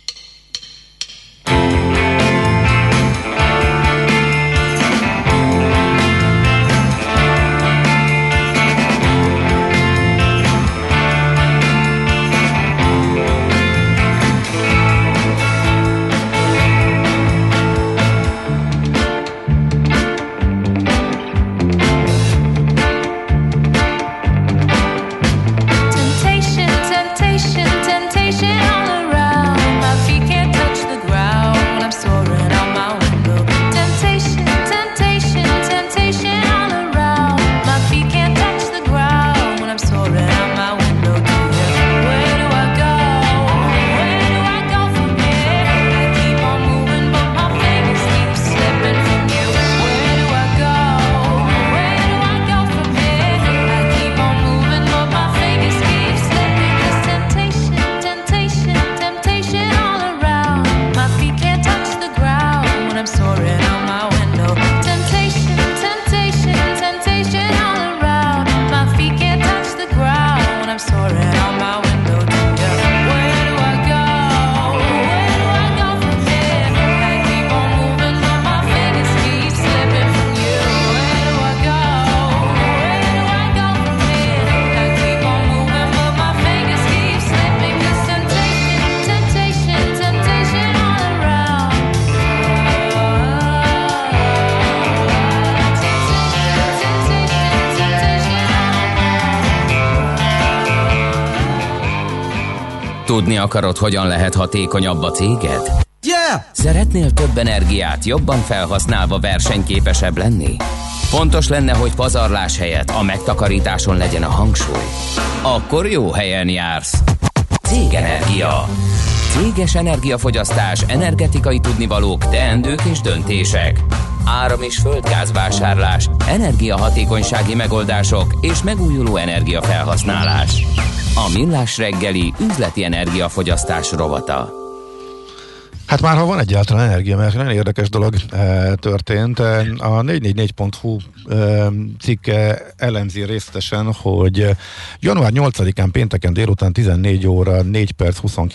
Tudni akarod, hogyan lehet hatékonyabb a céged? Yeah! Szeretnél több energiát jobban felhasználva versenyképesebb lenni? Fontos lenne, hogy pazarlás helyett a megtakarításon legyen a hangsúly. Akkor jó helyen jársz. Cégenergia. Céges energiafogyasztás, energetikai tudnivalók, teendők és döntések. Áram- és földgázvásárlás, energiahatékonysági megoldások és megújuló energiafelhasználás. A Millás reggeli üzleti energiafogyasztás rovata. Hát már ha van egyáltalán energia, mert nagyon érdekes dolog történt. A 444.hu cikke elemzi részletesen, hogy január 8-án pénteken délután 14 óra 4 perc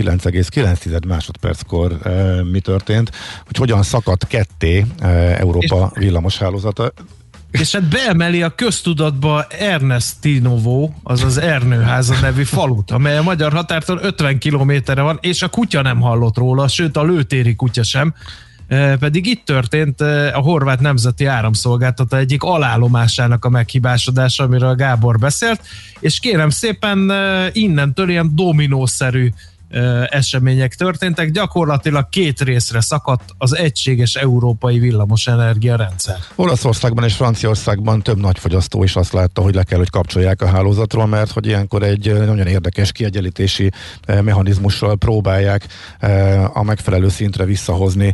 29,9 másodperckor mi történt, hogy hogyan szakadt ketté Európa villamoshálózata. És hát beemeli a köztudatba Ernestinovo, azaz Ernőháza nevű falut, amely a magyar határtól 50 kilométerre van, és a kutya nem hallott róla, sőt a lőtéri kutya sem. Pedig itt történt a Horvát Nemzeti Áramszolgáltató egyik alállomásának a meghibásodása, amiről a Gábor beszélt, és kérem szépen innentől ilyen dominószerű események történtek, gyakorlatilag két részre szakadt az egységes európai villamosenergia rendszer. Olaszországban és Franciaországban több nagyfogyasztó is azt látta, hogy le kell, hogy kapcsolják a hálózatról, mert hogy ilyenkor egy nagyon érdekes kiegyenlítési mechanizmussal próbálják a megfelelő szintre visszahozni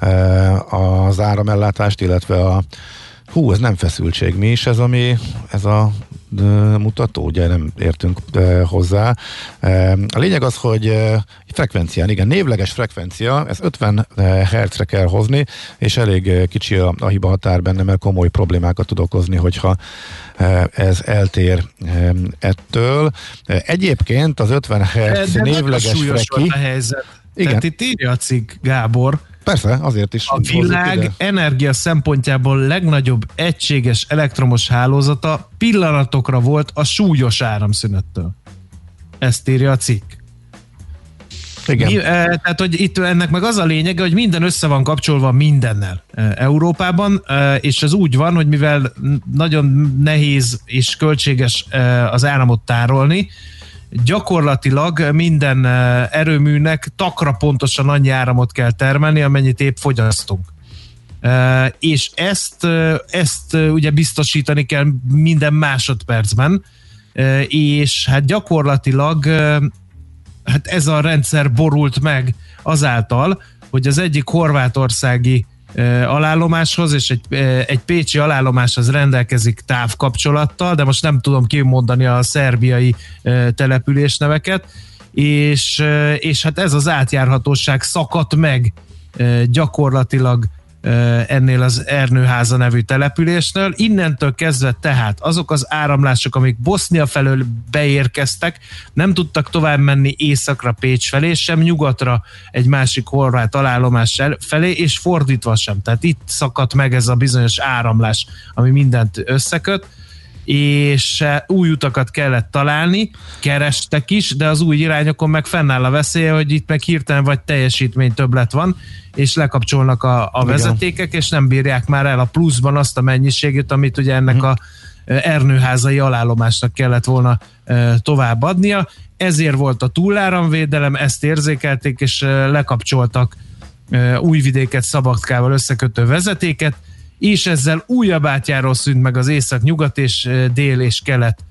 az áramellátást, illetve ez nem feszültség, mi is ez a mutató, ugye nem értünk hozzá. A lényeg az, hogy frekvencián, igen, névleges frekvencia, ez 50 Hz-re kell hozni, és elég kicsi a hiba határ benne, mert komoly problémákat tud okozni, hogyha ez eltér ettől. Egyébként az 50 Hz névleges freki... a helyzet. Igen. Tehát itt írja a cikk, Gábor. Persze, azért is. A világ energia szempontjából legnagyobb egységes elektromos hálózata pillanatokra volt a súlyos áramszünettől. Ezt írja a cikk. Igen. Tehát, hogy itt ennek meg az a lényege, hogy minden össze van kapcsolva mindennel Európában, és ez úgy van, hogy mivel nagyon nehéz és költséges az áramot tárolni, gyakorlatilag minden erőműnek takra pontosan annyi áramot kell termelni, amennyit épp fogyasztunk. És ezt ugye biztosítani kell minden másodpercben, és hát gyakorlatilag hát ez a rendszer borult meg azáltal, hogy az egyik horvátországi alállomáshoz, és egy pécsi alállomás az rendelkezik távkapcsolattal, de most nem tudom kimondani a szerbiai településneveket, és hát ez az átjárhatóság szakadt meg gyakorlatilag ennél az Ernőháza nevű településnél. Innentől kezdve tehát azok az áramlások, amik Bosznia felől beérkeztek, nem tudtak tovább menni északra Pécs felé, sem nyugatra egy másik horvát alállomás felé, és fordítva sem. Tehát itt szakadt meg ez a bizonyos áramlás, ami mindent összeköt, és új utakat kellett találni, kerestek is, de az új irányokon meg fennáll a veszélye, hogy itt meg hirtelen vagy teljesítmény többlet van, és lekapcsolnak a vezetékek, és nem bírják már el a pluszban azt a mennyiségét, amit ugye ennek a Ernőházai alállomásnak kellett volna továbbadnia. Ezért volt a túláramvédelem, ezt érzékelték, és lekapcsoltak Újvidéket Szabadkával összekötő vezetéket, és ezzel újabb átjáró szűnt meg az észak-nyugat és dél és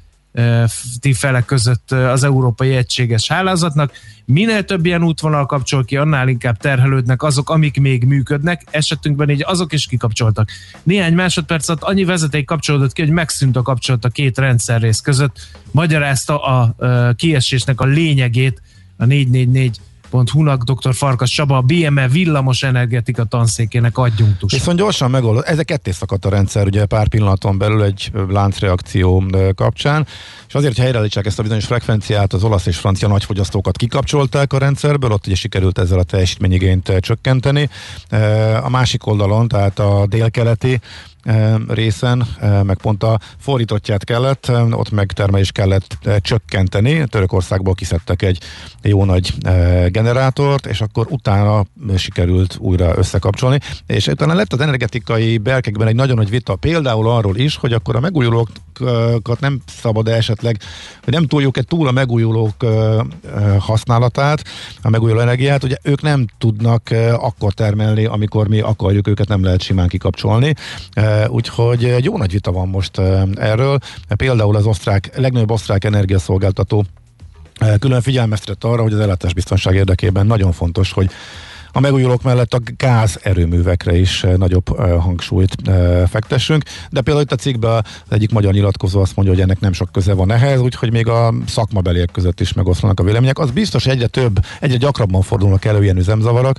keleti felek között az európai egységes hálózatnak. Minél több ilyen útvonal kapcsol ki, annál inkább terhelődnek azok, amik még működnek, esetünkben így azok is kikapcsoltak. Néhány másodperc alatt annyi vezeték kapcsolódott ki, hogy megszűnt a kapcsolat a két rendszerrész között. Magyarázta a kiesésnek a lényegét a 444.hu-nak dr. Farkas Csaba, a BME villamos energetika tanszékének adjunktusa. Viszont gyorsan megoldott, ezek ketté szakadt a rendszer, ugye pár pillanaton belül egy láncreakció kapcsán, és azért, hogy helyreállítsák ezt a bizonyos frekvenciát, az olasz és francia nagyfogyasztókat kikapcsolták a rendszerből, ott ugye sikerült ezzel a teljesítményigényt csökkenteni. A másik oldalon, tehát a délkeleti részen, meg pont a fordítottját kellett, ott megtermelést kellett csökkenteni. Törökországból kiszedtek egy jó nagy generátort, és akkor utána sikerült újra összekapcsolni, és utána lett az energetikai berkekben egy nagyon nagy vita, például arról is, hogy akkor a megújulókat nem szabad esetleg, hogy nem túljuk túl a megújulók használatát, a megújuló energiát, ugye ők nem tudnak akkor termelni, amikor mi akarjuk, őket nem lehet simán kikapcsolni. Úgyhogy egy jó nagy vita van most erről. Például az legnagyobb osztrák energiaszolgáltató külön figyelmeztetett arra, hogy az ellátásbiztonság érdekében nagyon fontos, hogy a megújulók mellett a gázerőművekre is nagyobb hangsúlyt fektessünk, de például itt a cikkben az egyik magyar nyilatkozó azt mondja, hogy ennek nem sok köze van ehhez, úgyhogy még a szakmabeliek között is megoszlanak a vélemények. Az biztos, hogy egyre gyakrabban fordulnak elő ilyen üzemzavarak,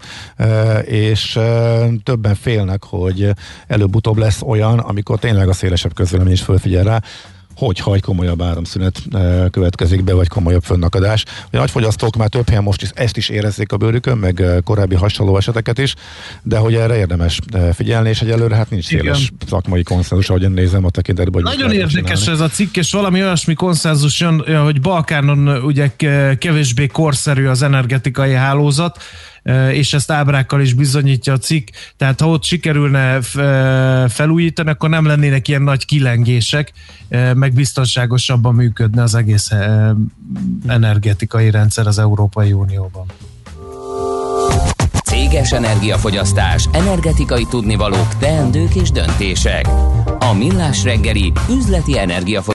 és többen félnek, hogy előbb-utóbb lesz olyan, amikor tényleg a szélesebb közvélemény is fölfigyel rá, hogyha egy komolyabb áramszünet következik be, vagy komolyabb fönnakadás. A nagyfogyasztók már több helyen most is ezt is érezzék a bőrükön, meg korábbi hasonló eseteket is, de hogy erre érdemes figyelni, és egyelőre hát nincs széles szakmai konszenzus, ahogy én nézem a tekintetben. Nagyon érdekes ez a cikk, és valami olyasmi konszenzus jön, hogy Balkánon ugye kevésbé korszerű az energetikai hálózat, és ezt ábrákkal is bizonyítja a cikk, tehát ha ott sikerülne felújítani, akkor nem lennének ilyen nagy kilengések, meg biztonságosabban működne az egész energetikai rendszer az Európai Unióban. Céges energiafogyasztás, energetikai tudnivalók, teendők és döntések. A Millás reggeli üzleti energiafogyasztás